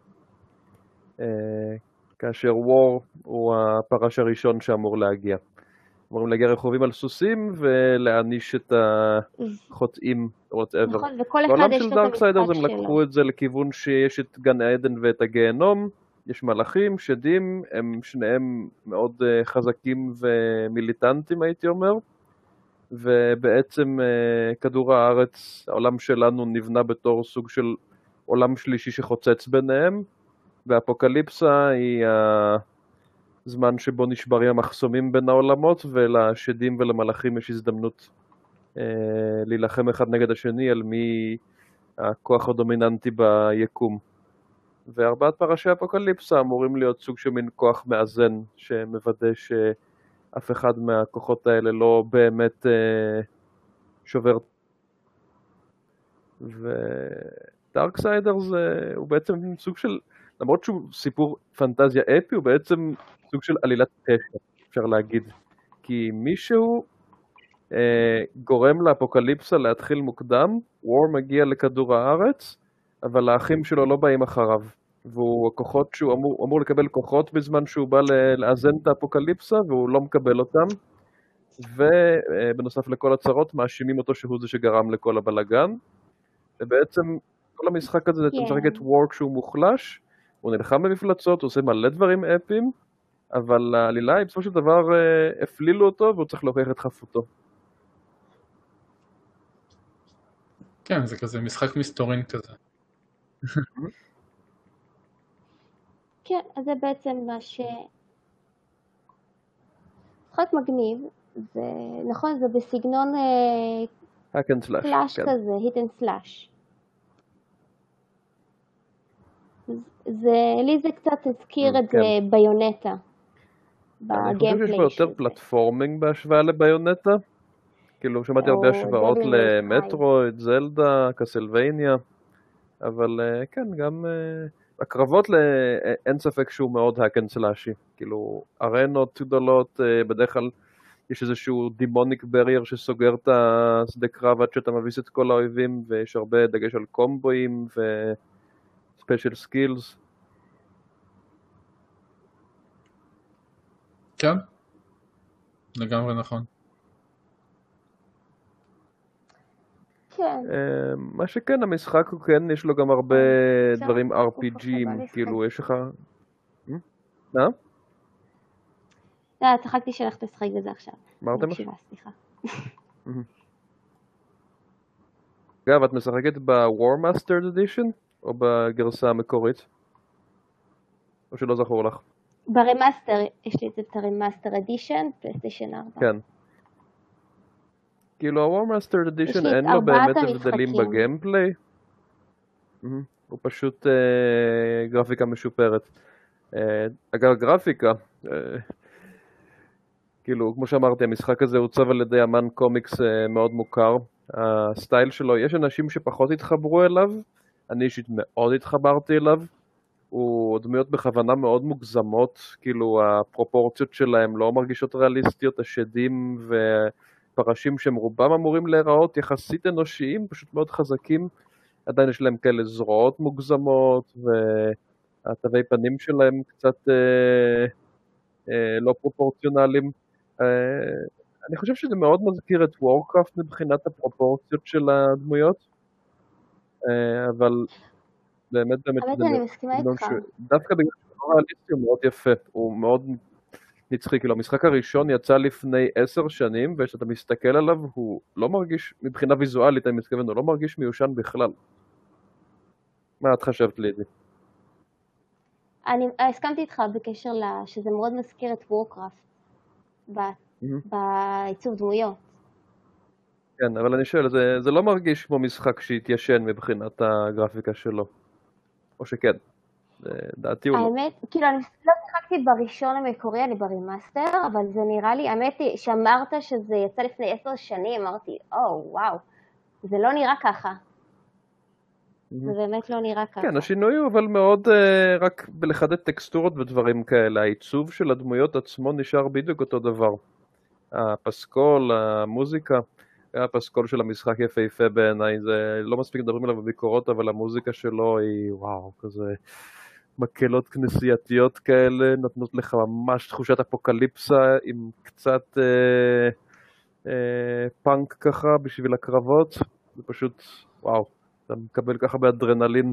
כאשר War הוא הפרש הראשון שאמור להגיע. אמורים להגיע רכובים על סוסים ולהעניש את החוטאים, whatever. נכון, וכל אחד יש לו את המשחק שלו. הם לקחו את זה לכיוון שיש את גן העדן ואת הגיהנום, יש מלאכים, שדים, הם שניהם מאוד חזקים ומיליטנטים הייתי אומר, ובעצם כדור הארץ, העולם שלנו נבנה בתור סוג של עולם שלישי שחוצץ ביניהם, והאפוקליפסה היא ה... זמן שבו נשברים המחסומים בין העולמות, ולשדים ולמלאכים יש הזדמנות אה, להילחם אחד נגד השני על מי הכוח הדומיננטי ביקום. וארבעת פרשי אפוקליפסה אמורים להיות סוג של מין כוח מאזן, שמוודא שאף אחד מהכוחות האלה לא באמת אה, שובר. ודארקסיידר זה, הוא בעצם סוג של, למרות שהוא סיפור פנטזיה אפי, הוא בעצם סוג של עלילת פשע, אפשר להגיד. כי מישהו אה, גורם לאפוקליפסה להתחיל מוקדם, וור מגיע לכדור הארץ, אבל האחים שלו לא באים אחריו. והוא הכוחות שהוא אמור, אמור לקבל כוחות בזמן שהוא בא לאזן את האפוקליפסה, והוא לא מקבל אותם. ובנוסף לכל הצרות, מאשימים אותו שהוא זה שגרם לכל הבלגן. ובעצם כל המשחק הזה, אתה משחק את וור כשהוא מוחלש, הוא נלחם במפלצות, הוא עושה מלא דברים אפיים, אבל העלילה היא בסופו של דבר הפלילו אותו, והוא צריך להוכיח את חפותו. כן, זה כזה משחק מסתורין כזה. כן, אז זה בעצם מה ש... משחק מגניב, ונכון, זה בסגנון hack and slash, סלאש כזה, hit and slash. זה, לי זה קצת הזכיר את זה ביונטה. אני חושב שיש פה יותר פלטפורמינג בהשוואה לביונטה. כאילו, שמעתי הרבה השוואות למטרויד, זלדה, קסלווניה, אבל כן, גם הקרבות, אין ספק שהוא מאוד hack and slashי. כאילו, ארנות גדולות, בדרך כלל יש איזשהו דימוניק ברייר שסוגר את השדה קרב עד שאתה מביס את כל האויבים, ויש הרבה דגש על קומבואים וספיישל סקילס. כן, לגמרי נכון. כן. מה שכן, המשחק הוא כן, יש לו גם הרבה דברים אר פי ג'ים, כאילו יש לך... מה? לא, צחקתי שהלכת לשחק בזה עכשיו. מה אתם? סליחה. אגב, את משחקת ב-War Mastered Edition או בגרסה המקורית? או שלא זכור לך? ברמאסטר, יש לי את הרמאסטר אדישן, פלייסטיישן ארבע. כן. כאילו ה-War Mastered Edition אין לו באמת הבדלים בגיימפליי. הוא פשוט גרפיקה משופרת. אגב, גרפיקה, כאילו, כמו שאמרתי, המשחק הזה הוצב על ידי אמן קומיקס מאוד מוכר. הסטייל שלו, יש אנשים שפחות התחברו אליו, אני אישית מאוד התחברתי אליו. הוא דמויות בכוונה מאוד מוגזמות, כאילו הפרופורציות שלהם לא מרגישות ריאליסטיות, השדים ופרשים שהם רובם אמורים להיראות יחסית אנושיים, פשוט מאוד חזקים. עדיין יש להם כאלה זרועות מוגזמות, והתווי פנים שלהם קצת אה, אה, לא פרופורציונליים. אה, אני חושב שזה מאוד מזכיר את וורקראפט מבחינת הפרופורציות של הדמויות, אה, אבל באמת באמת באמת אני מסכימה איתך. דווקא בגלל שהוא ריאליסטי הוא מאוד יפה, הוא מאוד נצחי. כאילו המשחק הראשון יצא לפני עשר שנים, וכשאתה מסתכל עליו הוא לא מרגיש, מבחינה ויזואלית אני מתכוון, הוא לא מרגיש מיושן בכלל. מה את חשבת לי את זה? אני הסכמתי איתך בקשר שזה מאוד מזכיר את וורקראפט בעיצוב דמויות. כן, אבל אני שואל, זה, זה לא מרגיש כמו משחק שהתיישן מבחינת הגרפיקה שלו, או שכן? דעתי הוא לא. האמת, כאילו אני לא שיחקתי בראשון המקורי, אני ברימאסטר, אבל זה נראה לי, האמת היא שאמרת שזה יצא לפני עשר שנים, אמרתי, או וואו, זה לא נראה ככה. זה באמת לא נראה ככה. כן, השינוי הוא אבל מאוד רק בלחדד טקסטורות ודברים כאלה. העיצוב של הדמויות עצמו נשאר בדיוק אותו דבר. הפסקול, המוזיקה, הפסקול של המשחק יפהפה בעיניי, זה לא מספיק מדברים עליו בביקורות, אבל המוזיקה שלו היא וואו, כזה מקהלות כנסייתיות כאלה, נותנות לך ממש תחושת אפוקליפסה עם קצת אה, אה, פאנק ככה בשביל הקרבות. זה פשוט וואו, אתה מקבל ככה באדרנלין.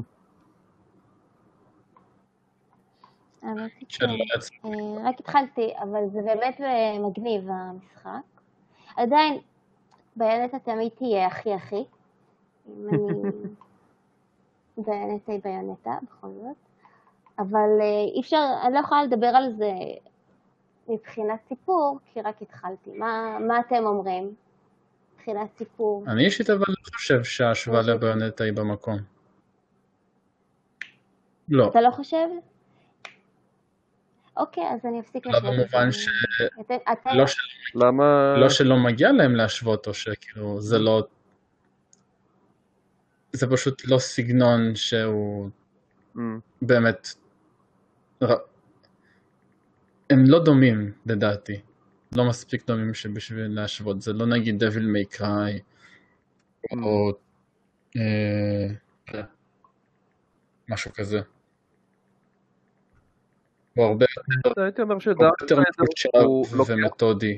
רק התחלתי, אבל זה באמת מגניב המשחק. עדיין ביונטה תמיד תהיה הכי הכי, אם אני ביונטה היא ביונטה בכל זאת, אבל אי אפשר, אני לא יכולה לדבר על זה מבחינת סיפור, כי רק התחלתי. מה, מה אתם אומרים? מבחינת סיפור. אני אישית אבל לא חושב שההשוואה לביונטה היא במקום. לא. אתה לא חושב? אוקיי, אז אני אפסיק להשוות. לא במובן ש... לא שלא מגיע להם להשוות, או שכאילו זה לא... זה פשוט לא סגנון שהוא באמת... הם לא דומים, לדעתי. לא מספיק דומים שבשביל להשוות. זה לא נגיד דביל מיי קריי, או משהו כזה. הוא הרבה יותר מקושר ומתודי.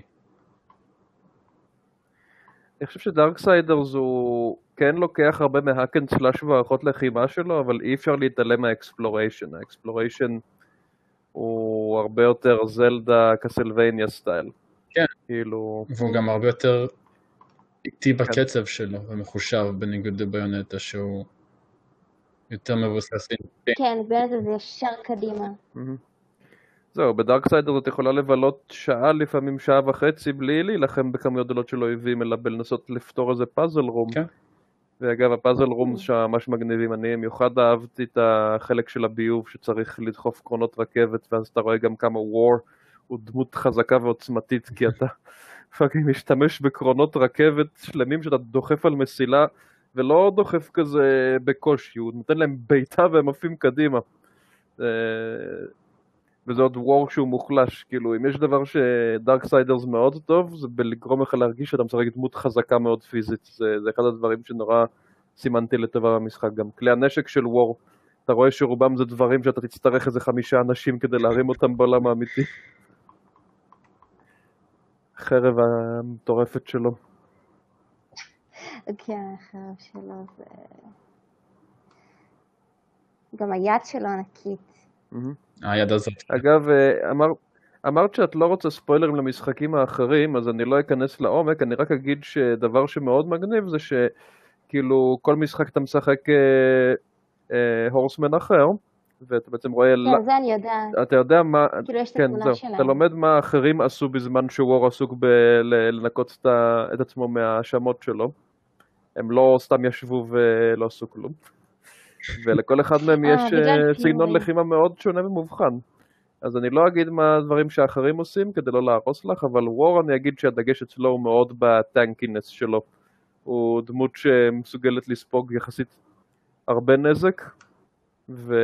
אני חושב שדארקסיידרס הוא כן לוקח הרבה מהאק אנד סלאש וערכות לחימה שלו, אבל אי אפשר להתעלם מהאקספלוריישן. האקספלוריישן הוא הרבה יותר זלדה קסלווניה סטייל. כן, כאילו... והוא גם הרבה יותר איטי בקצב שלו, ומחושב בניגוד לביונטה שהוא יותר מבוסס. כן, ביונטה זה ישר קדימה. זהו, בדארקסיידר את יכולה לבלות שעה, לפעמים שעה וחצי, בלי להילחם בכמויות גדולות של אויבים, אלא בלנסות לפתור איזה פאזל רום. כן. ואגב, הפאזל רום שממש מגניבים. אני במיוחד אהבתי את החלק של הביוב שצריך לדחוף קרונות רכבת, ואז אתה רואה גם כמה וור הוא דמות חזקה ועוצמתית, כי אתה פאקינג משתמש בקרונות רכבת שלמים שאתה דוחף על מסילה, ולא דוחף כזה בקושי, הוא נותן להם ביתה והם עפים קדימה. וזה עוד וור שהוא מוחלש, כאילו אם יש דבר שדארקסיידרס מאוד טוב, זה בלגרום לך להרגיש שאתה משחק דמות חזקה מאוד פיזית, זה, זה אחד הדברים שנורא סימנתי לטובה במשחק. גם כלי הנשק של וור, אתה רואה שרובם זה דברים שאתה תצטרך איזה חמישה אנשים כדי להרים אותם בעולם האמיתי. החרב המטורפת שלו. כן, החרב שלו זה... גם היד שלו ענקית. היד הזאת. אגב, אמר, אמרת שאת לא רוצה ספוילרים למשחקים האחרים, אז אני לא אכנס לעומק, אני רק אגיד שדבר שמאוד מגניב זה שכאילו כל משחק אתה משחק אה, אה, הורסמן אחר, ואתה בעצם רואה... כן, לה... זה אני יודעת. אתה יודע מה... כאילו יש את כן, התמונה שלהם. אתה לומד מה האחרים עשו בזמן שוור עסוק בלנקות ב... את עצמו מהאשמות שלו. הם לא סתם ישבו ולא עשו כלום. ולכל אחד מהם יש סגנון לחימה מאוד שונה ומובחן. אז אני לא אגיד מה הדברים שאחרים עושים כדי לא להרוס לך, אבל וור אני אגיד שהדגש אצלו הוא מאוד בטנקינס שלו. הוא דמות שמסוגלת לספוג יחסית הרבה נזק, והוא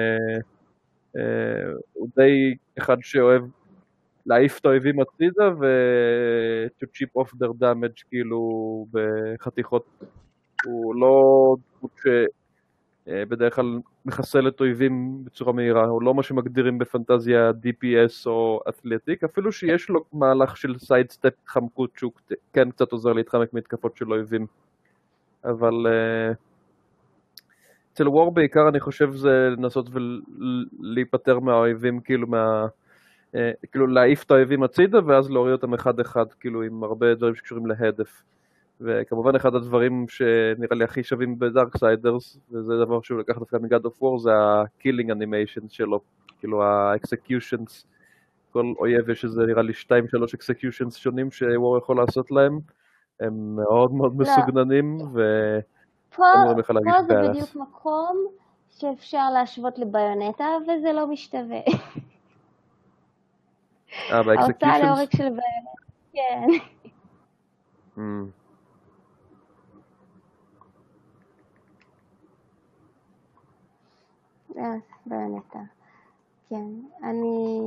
די אחד שאוהב להעיף את האויבים הצידה ו- to chip off their damage כאילו בחתיכות. הוא לא דמות ש... בדרך כלל מחסל את אויבים בצורה מהירה, הוא לא מה שמגדירים בפנטזיה די פי אס או אתלטיק, אפילו שיש לו מהלך של סיידסטפ חמקות שהוא כן קצת עוזר להתחמק מתקפות של אויבים. אבל uh, אצל וור בעיקר אני חושב זה לנסות ולהיפטר מהאויבים, כאילו, מה, uh, כאילו להעיף את האויבים הצידה ואז להוריד אותם אחד אחד, כאילו עם הרבה דברים שקשורים להדף. וכמובן אחד הדברים שנראה לי הכי שווים בדארקסיידרס, וזה דבר שהוא לקח דווקא מגד אוף וור, זה ה-killing animation שלו, כאילו ה-executions, כל אויב יש איזה נראה לי שתיים שלוש executions שונים שוור יכול לעשות להם, הם מאוד מאוד מסוגננים, ואמורים לך להגיש פה זה בדיוק מקום שאפשר להשוות לביונטה, וזה לא משתווה. אה, ב-executions? ההוצאה להורג של ביונטה, כן. אז ביונטה, כן, אני...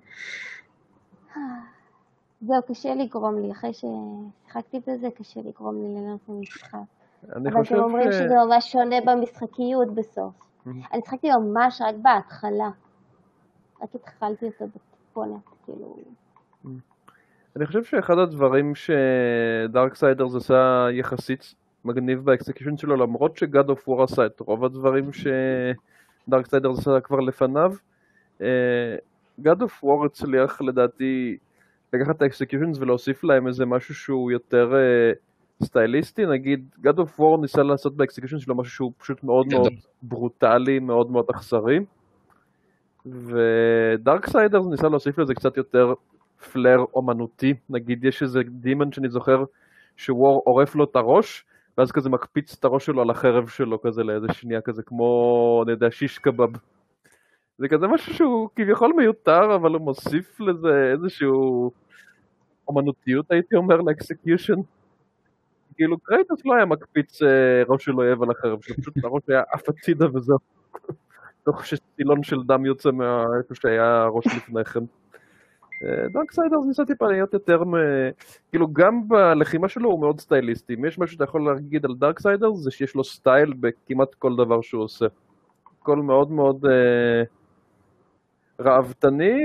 זהו, קשה לגרום לי, אחרי ששיחקתי בזה, קשה לגרום לי ללנות במשחק. אבל אתם אומרים שזה ממש שונה במשחקיות בסוף. אני שיחקתי ממש רק בהתחלה. רק התחלתי אותו בטיפונת, כאילו... אני חושב שאחד הדברים שדארקסיידרס עשה יחסית מגניב באקסקיושן שלו, למרות שגד אוף וור עשה את רוב הדברים ש... דארקסיידרס עשה כבר לפניו, God of War הצליח לדעתי לקחת את האקסקיושנס ולהוסיף להם איזה משהו שהוא יותר סטייליסטי, נגיד God of War ניסה לעשות באקסקיושנס שלו משהו שהוא פשוט מאוד מאוד ברוטלי, מאוד מאוד אכזרי, ודארקסיידרס ניסה להוסיף לזה קצת יותר פלר אומנותי, נגיד יש איזה דימון שאני זוכר שוור עורף לו את הראש, ואז כזה מקפיץ את הראש שלו על החרב שלו כזה לאיזה שנייה, כזה כמו, אני יודע, שיש קבב. זה כזה משהו שהוא כביכול מיותר, אבל הוא מוסיף לזה איזשהו אומנותיות, הייתי אומר, לאקסקיושן. כאילו קרייטוס לא היה מקפיץ ראש של אויב על החרב, שפשוט הראש היה אף הצידה וזהו. תוך שסילון של דם יוצא מאיפה שהיה הראש לפני כן. דארקסיידרס ניסה טיפה להיות יותר, כאילו גם בלחימה שלו הוא מאוד סטייליסטי. אם יש משהו שאתה יכול להגיד על דארקסיידרס זה שיש לו סטייל בכמעט כל דבר שהוא עושה. הכל מאוד מאוד אה, רעבתני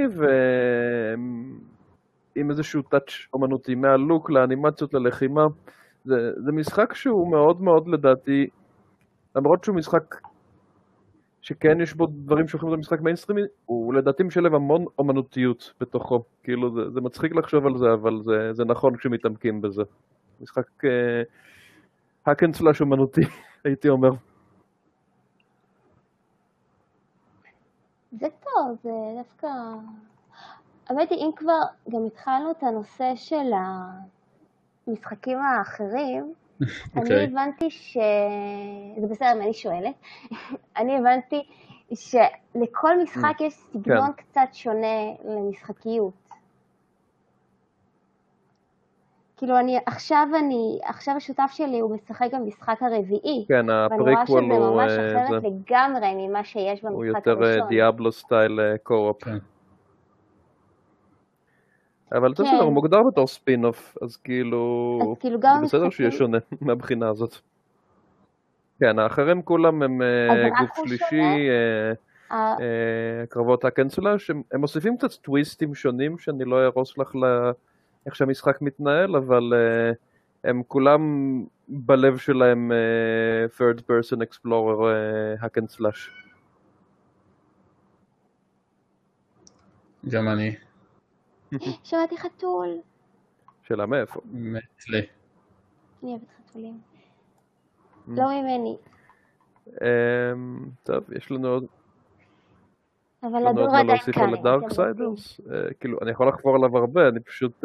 ועם איזשהו טאץ' אומנותי מהלוק לאנימציות ללחימה. זה, זה משחק שהוא מאוד מאוד לדעתי, למרות שהוא משחק שכן יש בו דברים שהולכים את המשחק מיינסטרימי, הוא לדעתי משלב המון אומנותיות בתוכו. כאילו זה, זה מצחיק לחשוב על זה, אבל זה, זה נכון כשמתעמקים בזה. משחק האקן סלאש אומנותי, הייתי אומר. זה טוב, זה דווקא... האמת היא, אם כבר גם התחלנו את הנושא של המשחקים האחרים, אני הבנתי ש... זה בסדר, אני שואלת. אני הבנתי שלכל משחק יש סגנון קצת שונה למשחקיות. כאילו אני, עכשיו אני, עכשיו השותף שלי הוא משחק גם משחק הרביעי. כן, הפריקוול הוא... ואני רואה שזה ממש אחרת לגמרי ממה שיש במשחק הראשון. הוא יותר דיאבלו סטייל קו-אופ. אבל אתה בסדר, הוא מוגדר בתור ספין-אוף, אז כאילו... אז כאילו גם זה בסדר שיהיה שונה מהבחינה הזאת. כן, האחרים כולם הם גוף שלישי, קרבות הקנסולה, שהם מוסיפים קצת טוויסטים שונים, שאני לא ארוס לך איך שהמשחק מתנהל, אבל הם כולם בלב שלהם third person explorer hack and slash. גם אני. שמעתי חתול. שאלה מאיפה? מאצלי. אני אוהבת חתולים. לא ממני. טוב, יש לנו עוד... אבל הדור עדיין כאן. להוסיף על הדארקסיידרס? כאילו, אני יכול לחבור עליו הרבה, אני פשוט...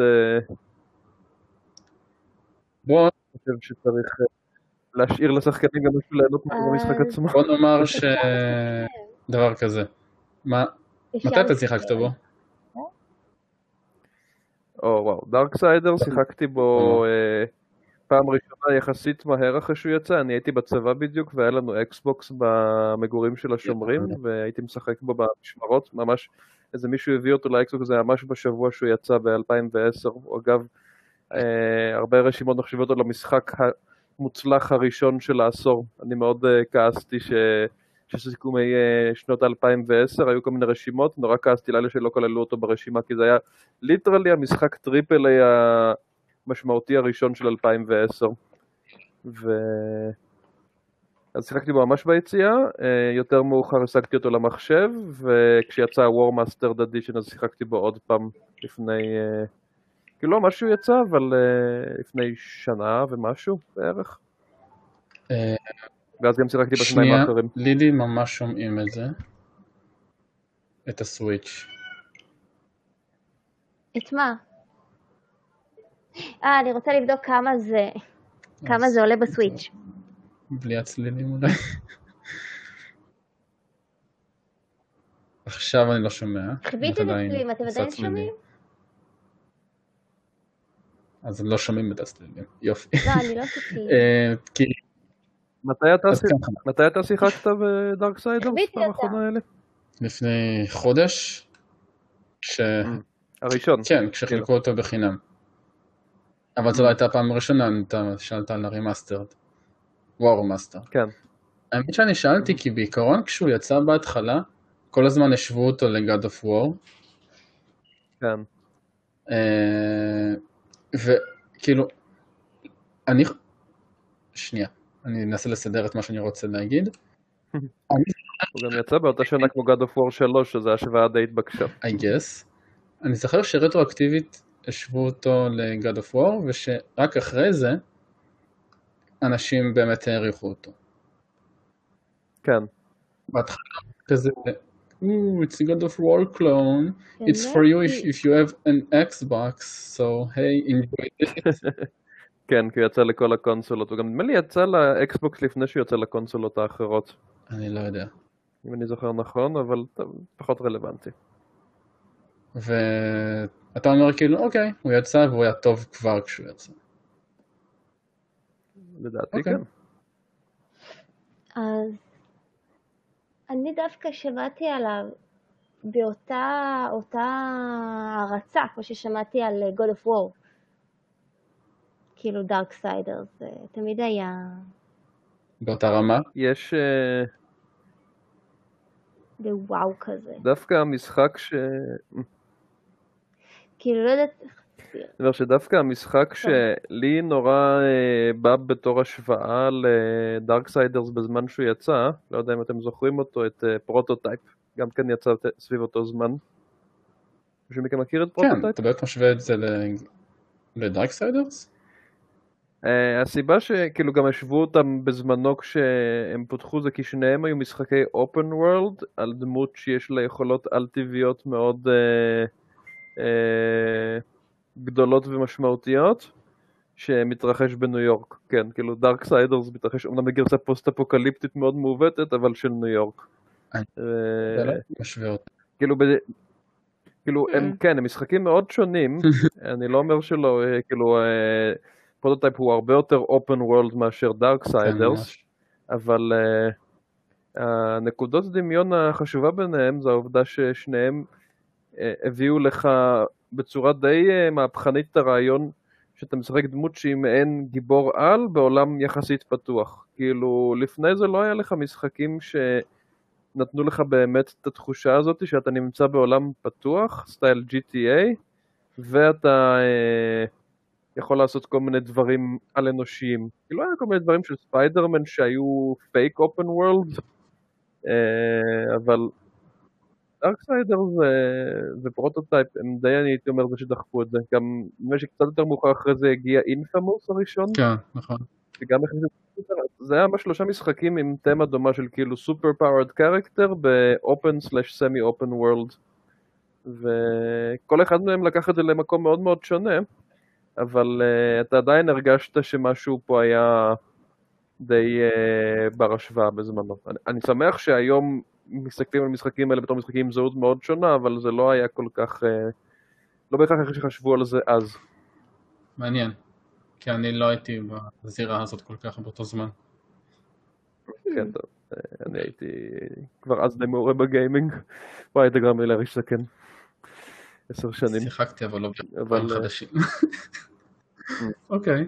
בוא, אני חושב שצריך להשאיר לשחקנים גם משהו ליהנות מהמשחק עצמו. בוא נאמר ש... דבר כזה. מתי אתה שיחקת בו? או וואו, דארקסיידרס, שיחקתי בו פעם ראשונה יחסית מהר אחרי שהוא יצא, אני הייתי בצבא בדיוק והיה לנו אקסבוקס במגורים של השומרים והייתי משחק בו במשמרות, ממש איזה מישהו הביא אותו לאקסבוקס, זה ממש בשבוע שהוא יצא ב-אלפיים ועשר, אגב הרבה רשימות נחשבות אותו למשחק המוצלח הראשון של העשור, אני מאוד כעסתי ש... שסיכומי שנות אלפיים ועשר היו כל מיני רשימות, נורא כעסתי לילה שלא כללו אותו ברשימה, כי זה היה ליטרלי המשחק טריפל המשמעותי הראשון של אלפיים ועשר. ו... אז שיחקתי בו ממש ביציאה, יותר מאוחר השגתי אותו למחשב, וכשיצא War Mastered Edition אז שיחקתי בו עוד פעם לפני, כאילו לא משהו יצא, אבל לפני שנה ומשהו בערך. ואז גם שיחקתי בשניים האחרים. לילי ממש שומעים את זה. את הסוויץ'. את מה? אה, אני רוצה לבדוק כמה זה, כמה זה עולה בסוויץ'. בלי הצלילים אולי. עכשיו אני לא שומע. חוויתי את הצלילים, אתם עדיין שומעים? אז לא שומעים את הצלילים, יופי. לא, אני לא שומעים. כי... מתי אתה שיחקת בדארקסיידרס פעם האחרונה האלה? לפני חודש. הראשון. כן, כשחילקו אותו בחינם. אבל זו לא הייתה הפעם הראשונה, אתה שאלת על הרימאסטרד. וואו מאסטר. כן. האמת שאני שאלתי, כי בעיקרון כשהוא יצא בהתחלה, כל הזמן השוו אותו ל-God of War. כן. וכאילו, אני... שנייה. אני אנסה לסדר את מה שאני רוצה להגיד. הוא גם יצא באותה שנה כמו God of War שלוש, שזו השוואה די התבקשה. I guess. אני זוכר שרטרואקטיבית השוו אותו ל-God of War, ושרק אחרי זה, אנשים באמת העריכו אותו. כן. בהתחלה כזה, ooh, it's a God of War clone, it's for you if, if you have an Xbox, so hey, enjoy it. כן, כי הוא יצא לכל הקונסולות, וגם נדמה לי יצא לאקסבוקס לפני שהוא יצא לקונסולות האחרות. אני לא יודע. אם אני זוכר נכון, אבל טוב, פחות רלוונטי. ואתה אומר כאילו, אוקיי, הוא יצא והוא היה טוב כבר כשהוא יצא. לדעתי אוקיי. כן. אז אני דווקא שמעתי עליו באותה אותה הרצה, כמו ששמעתי על God of War. כאילו Darksiders, זה תמיד היה... באותה רמה? יש... זה וואו כזה. דווקא המשחק ש... כאילו לא יודעת... אני אומר שדווקא המשחק שלי נורא בא בתור השוואה לדארקסיידרס בזמן שהוא יצא, לא יודע אם אתם זוכרים אותו, את פרוטוטייפ, גם כן יצא סביב אותו זמן. מישהו מכם מכיר את פרוטוטייפ? כן, אתה באמת משווה את זה לדארקסיידרס? הסיבה שכאילו גם השוו אותם בזמנו כשהם פותחו זה כי שניהם היו משחקי open world על דמות שיש לה יכולות על-טבעיות מאוד אה, אה, גדולות ומשמעותיות שמתרחש בניו יורק. כן, כאילו דארקסיידרס מתרחש אומנם בגרסה פוסט-אפוקליפטית מאוד מעוותת אבל של ניו יורק. אתה לא משווה אותם. כאילו ב... כאילו הם כן, הם משחקים מאוד שונים, אני לא אומר שלא, כאילו פרוטוטייפ הוא הרבה יותר open world מאשר Darksiders, אבל הנקודות דמיון החשובה ביניהם זה העובדה ששניהם הביאו לך בצורה די מהפכנית את הרעיון שאתה משחק דמות שהיא מעין גיבור על בעולם יחסית פתוח. כאילו לפני זה לא היה לך משחקים ש... נתנו לך באמת את התחושה הזאת שאתה נמצא בעולם פתוח, סטייל ג'י טי איי, ואתה אה, יכול לעשות כל מיני דברים על אנושיים. כאילו היה כל מיני דברים של ספיידרמן שהיו פייק אופן וורלד, אה, אבל דארקסיידרס ופרוטוטייפ הם די, אני הייתי אומר, זה שדחפו את זה. גם נראה שקצת יותר מאוחר אחרי זה הגיע אינפמוס הראשון. כן, נכון. וגם זה היה ממש שלושה משחקים עם תמה דומה של כאילו סופר פאוורד קרקטר באופן סלש סמי אופן וורלד, וכל אחד מהם לקח את זה למקום מאוד מאוד שונה, אבל uh, אתה עדיין הרגשת שמשהו פה היה די uh, בר השוואה בזמנו. אני, אני שמח שהיום מסתכלים על המשחקים האלה בתור משחקים עם זהות מאוד שונה, אבל זה לא היה כל כך, uh, לא בהכרח איך שחשבו על זה אז. מעניין. כי אני לא הייתי בזירה הזאת כל כך באותו זמן. כן, טוב. אני הייתי כבר אז די מעורה בגיימינג. וואי, אתה גרם לי להריש זקן. עשר שנים. שיחקתי, אבל לא בדברים חדשים. אוקיי.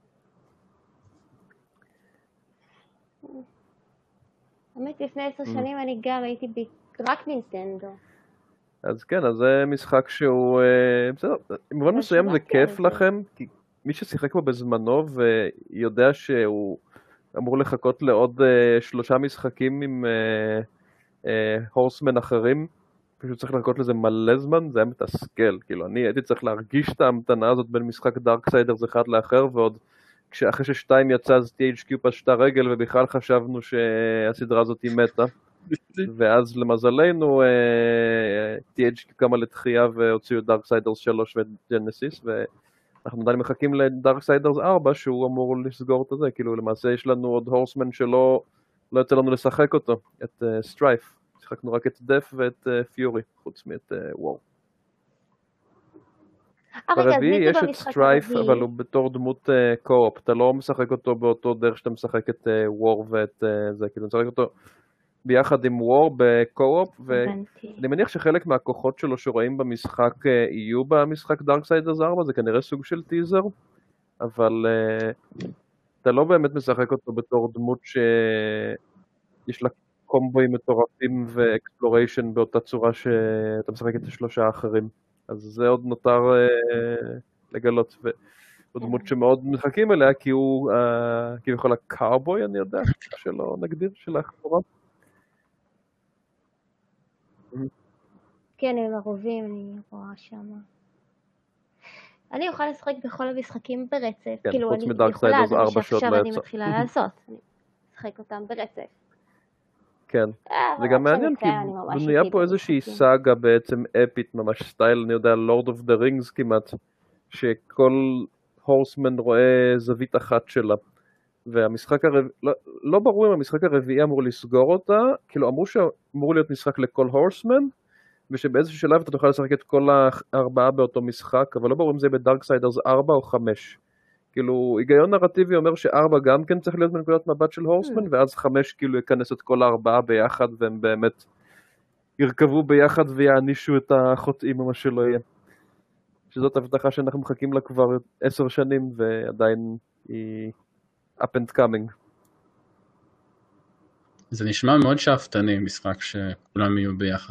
באמת, לפני עשר שנים אני גם הייתי רק נינטנדו. אז כן, אז זה משחק שהוא... בסדר, במובן מסוים זה כיף לכם, כי מי ששיחק בו בזמנו ויודע שהוא אמור לחכות לעוד uh, שלושה משחקים עם הורסמן uh, uh, אחרים, פשוט צריך לחכות לזה מלא זמן, זה היה מתסכל. כאילו, אני הייתי צריך להרגיש את ההמתנה הזאת בין משחק דארקסיידרס אחד לאחר, ועוד אחרי ששתיים יצא אז טי אייץ' קיו פשטה רגל, ובכלל חשבנו שהסדרה הזאת היא מתה. ואז למזלנו טי אייץ' קיו קמה לתחייה והוציאו דארקסיידרס שלוש וג'נסיס, ו... אנחנו עדיין מחכים לדארקסיידרס ארבע שהוא אמור לסגור את זה, כאילו למעשה יש לנו עוד הורסמן שלא לא יצא לנו לשחק אותו, את סטרייף, uh, שיחקנו רק את דף ואת פיורי, uh, חוץ מאת וור. Uh, ברביעי יש את סטרייף, אבל הוא בתור דמות uh, קו-אופ, אתה לא משחק אותו באותו דרך שאתה משחק את וור uh, ואת uh, זה, כאילו משחק אותו ביחד עם וור בקו-אופ, ואני מניח שחלק מהכוחות שלו שרואים במשחק יהיו במשחק דארקסיידרס ארבע, זה כנראה סוג של טיזר, אבל uh, אתה לא באמת משחק אותו בתור דמות שיש לה קומבואים מטורפים ואקספלוריישן באותה צורה שאתה משחק את השלושה האחרים, אז זה עוד נותר uh, לגלות, והוא דמות שמאוד מחכים אליה, כי הוא uh, כביכול הקאובוי, אני יודע, שלא נגדיר, של האחורה. כן, הם ערובים, אני רואה שם. אני אוכל לשחק בכל המשחקים ברצף. כן, כאילו, חוץ אני מדארקסיידרס יכולה, ארבע זה שעוד שעכשיו לא אני יצא. מתחילה לעשות. אני אשחק אותם ברצף. כן, זה גם מעניין, כי בנויה פה איזושהי סאגה בעצם אפית, ממש סטייל, אני יודע, לורד אוף דה רינגס כמעט, שכל הורסמן רואה זווית אחת שלה. והמשחק הרביעי, לא, לא ברור אם המשחק הרביעי אמור לסגור אותה, כאילו אמרו שאמור להיות משחק לכל הורסמן, ושבאיזשהו שלב אתה תוכל לשחק את כל הארבעה באותו משחק, אבל לא ברור אם זה בדארקסיידרס ארבע או חמש. כאילו, היגיון נרטיבי אומר שארבע גם כן צריך להיות מנקודת מבט של הורסמן, ואז חמש כאילו יכנס את כל הארבעה ביחד, והם באמת ירכבו ביחד ויענישו את החוטאים או מה שלא יהיה. שזאת הבטחה שאנחנו מחכים לה כבר עשר שנים, ועדיין היא up and coming. זה נשמע מאוד שאפתני, משחק שכולם יהיו ביחד.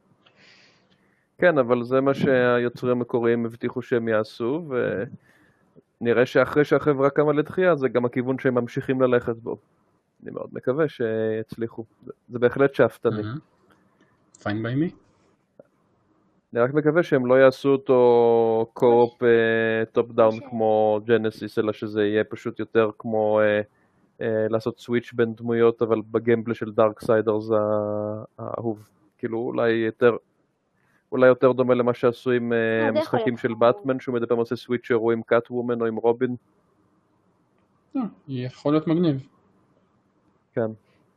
כן, אבל זה מה שהיוצרים המקוריים הבטיחו שהם יעשו, ונראה שאחרי שהחברה קמה לתחייה, זה גם הכיוון שהם ממשיכים ללכת בו. אני מאוד מקווה שיצליחו. זה בהחלט שאפתני. Fine by me. אני רק מקווה שהם לא יעשו אותו קו-אופ טופ דאון כמו ג'נסיס, אלא שזה יהיה פשוט יותר כמו לעשות סוויץ' בין דמויות, אבל בגיימפלי של דארקסיידרס האהוב. כאילו אולי יותר... אולי יותר דומה למה שעשו עם המשחקים של באטמן, שהוא מדי פעם עושה סוויצ'ר או עם קאט וומן או עם רובין. יכול להיות מגניב. כן.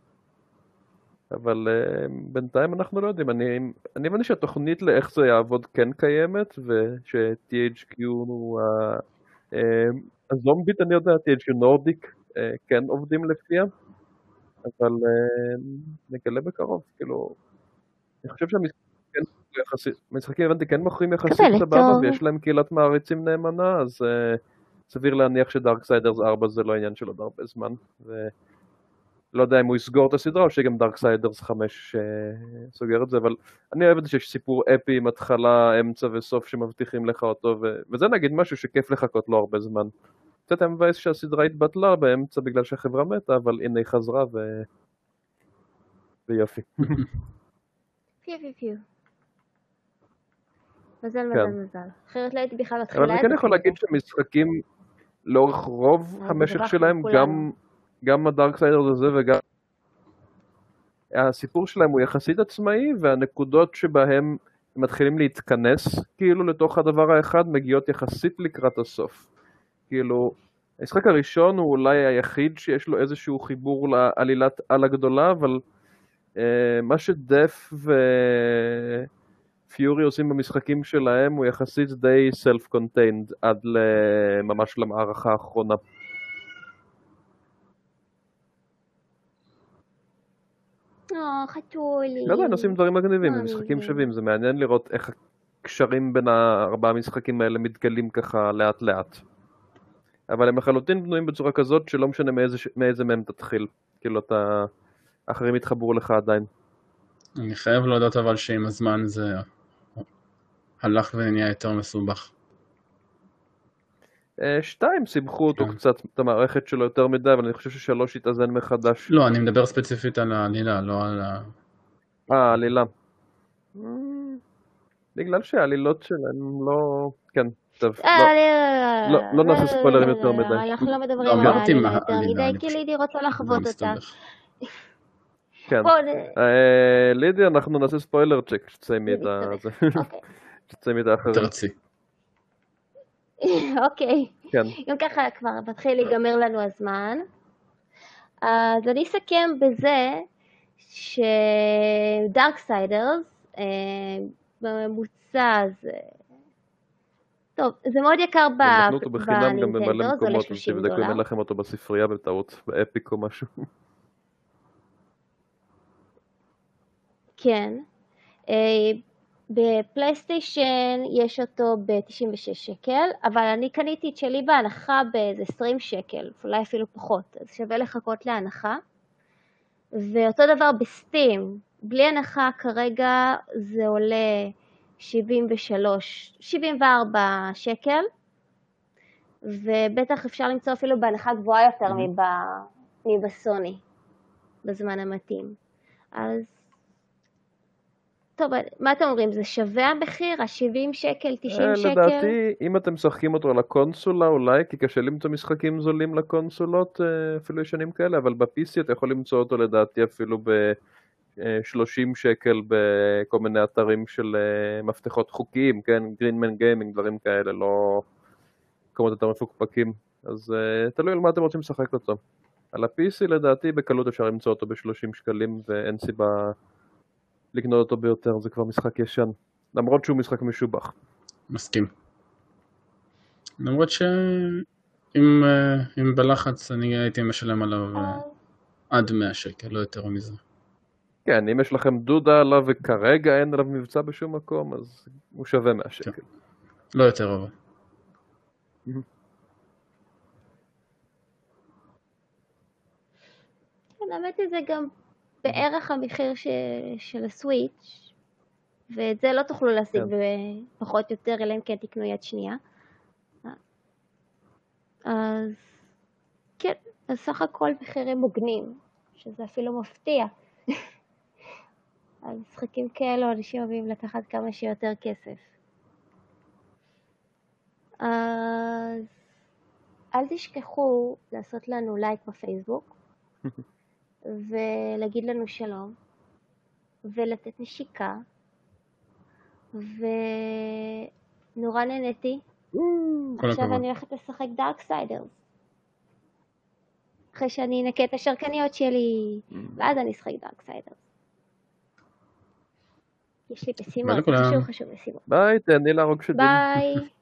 אבל בינתיים אנחנו לא יודעים. אני מבין שהתוכנית לאיך זה יעבוד כן קיימת, וש-טי אייץ' קיו הוא הזומבית, אני יודע, טי אייץ' קיו נורדיק כן עובדים לפיה, אבל נגלה בקרוב. כאילו, אני חושב שהמשחק משחקים הבנתי כן מוכרים יחסית סבבה ויש להם קהילת מעריצים נאמנה, אז סביר להניח שדארקסיידרס ארבע זה לא עניין של עוד הרבה זמן, ולא יודע אם הוא יסגור את הסדרה או שגם דארקסיידרס חמש סוגר את זה, אבל אני אוהב את זה שיש סיפור אפי עם התחלה, אמצע וסוף שמבטיחים לך אותו, וזה נגיד משהו שכיף לחכות לו הרבה זמן. קצת מבאס שהסדרה התבטלה באמצע בגלל שהחברה מתה, אבל הנה היא חזרה ויופי. פיו פיו פיו. מזל מזל מזל. אחרת לא הייתי בכלל מתחילה את זה. אבל אני כן יכול להגיד שמשחקים לאורך רוב המשך שלהם, גם הדארקסיידרס הזה וגם הסיפור שלהם הוא יחסית עצמאי, והנקודות שבהם הם מתחילים להתכנס כאילו לתוך הדבר האחד מגיעות יחסית לקראת הסוף. כאילו, המשחק הראשון הוא אולי היחיד שיש לו איזשהו חיבור לעלילת על הגדולה, אבל מה שדף ו... פיורי עושים במשחקים שלהם הוא יחסית די self-contained עד ממש למערכה האחרונה. או, חתולי. לא יודע, הם עושים דברים מגניבים, הם משחקים שווים, זה מעניין לראות איך הקשרים בין הארבעה המשחקים האלה מתגלים ככה לאט לאט. אבל הם לחלוטין בנויים בצורה כזאת שלא משנה מאיזה, מאיזה מהם תתחיל. כאילו אתה... אחרים יתחברו לך עדיין. אני חייב להודות אבל שעם הזמן זה הלך ונהיה יותר מסובך. שתיים, סיבכו אותו קצת, את המערכת שלו יותר מדי, אבל אני חושב ששלוש יתאזן מחדש. לא, אני מדבר ספציפית על העלילה, לא על ה... אה, העלילה. בגלל שהעלילות שלהם לא... כן, טוב. לא נעשה ספוילרים יותר מדי. אנחנו לא מדברים על העלילה יותר מדי, כי לידי רוצה לחוות אותה. כן. לידי, אנחנו נעשה ספוילר צ'ק, שתסיימי את זה. שתסיימי את האחרים. תרצי. אוקיי. גם ככה כבר מתחיל להיגמר לנו הזמן. אז אני אסכם בזה שדארקסיידרס בממוצע זה... טוב, זה מאוד יקר בנינטנדו, נתנו אותו בחינם גם במלא מקומות, תבדקו אם אין לכם אותו בספרייה בטעות, באפיק או משהו. כן. בפלייסטיישן יש אותו ב-תשעים ושש שקל, אבל אני קניתי את שלי בהנחה באיזה עשרים שקל, אולי אפילו פחות, אז שווה לחכות להנחה. ואותו דבר בסטים, בלי הנחה כרגע זה עולה שבעים ושלוש, שבעים וארבע שקל, ובטח אפשר למצוא אפילו בהנחה גבוהה יותר מבסוני, בזמן המתאים. אז טוב, מה אתם אומרים? זה שווה המחיר? ה-שבעים שקל, תשעים שקל? לדעתי, אם אתם משחקים אותו על הקונסולה אולי, כי קשה למצוא משחקים זולים לקונסולות, אפילו ישנים כאלה, אבל ב-פי סי אתה יכול למצוא אותו לדעתי אפילו ב-שלושים שקל בכל מיני אתרים של מפתחות חוקיים, כן? גרינמן גיימינג, דברים כאלה, לא מקומות יותר מפוקפקים, אז uh, תלוי על מה אתם רוצים לשחק אותו. על ה-פי סי לדעתי בקלות אפשר למצוא אותו ב-שלושים שקלים, ואין סיבה לקנות אותו ביותר, זה כבר משחק ישן, למרות שהוא משחק משובח. מסכים. למרות שאם אם בלחץ אני הייתי משלם עליו עד מאה שקל, לא יותר מזה. כן, אם יש לכם דודה עליו וכרגע אין עליו מבצע בשום מקום, אז הוא שווה מאה שקל. כן. לא יותר אבל. כן, האמת היא זה גם בערך המחיר ש... של הסוויץ', ואת זה לא תוכלו להשיג כן. בפחות יותר, אלא אם כן תקנו יד שנייה. אז כן, אז סך הכל מחירים מוגנים, שזה אפילו מפתיע. על משחקים כאלו אנשים אוהבים לקחת כמה שיותר כסף. אז אל תשכחו לעשות לנו לייק בפייסבוק, ולהגיד לנו שלום, ולתת נשיקה, ונורא נהניתי. עכשיו אני הולכת לשחק דארקסיידרס. אחרי שאני אנקה את השרקניות שלי, ואז אני אשחק דארקסיידרס. יש לי פסימות, חשוב חשוב פסימות. ביי, תהני להרוג שדים. ביי.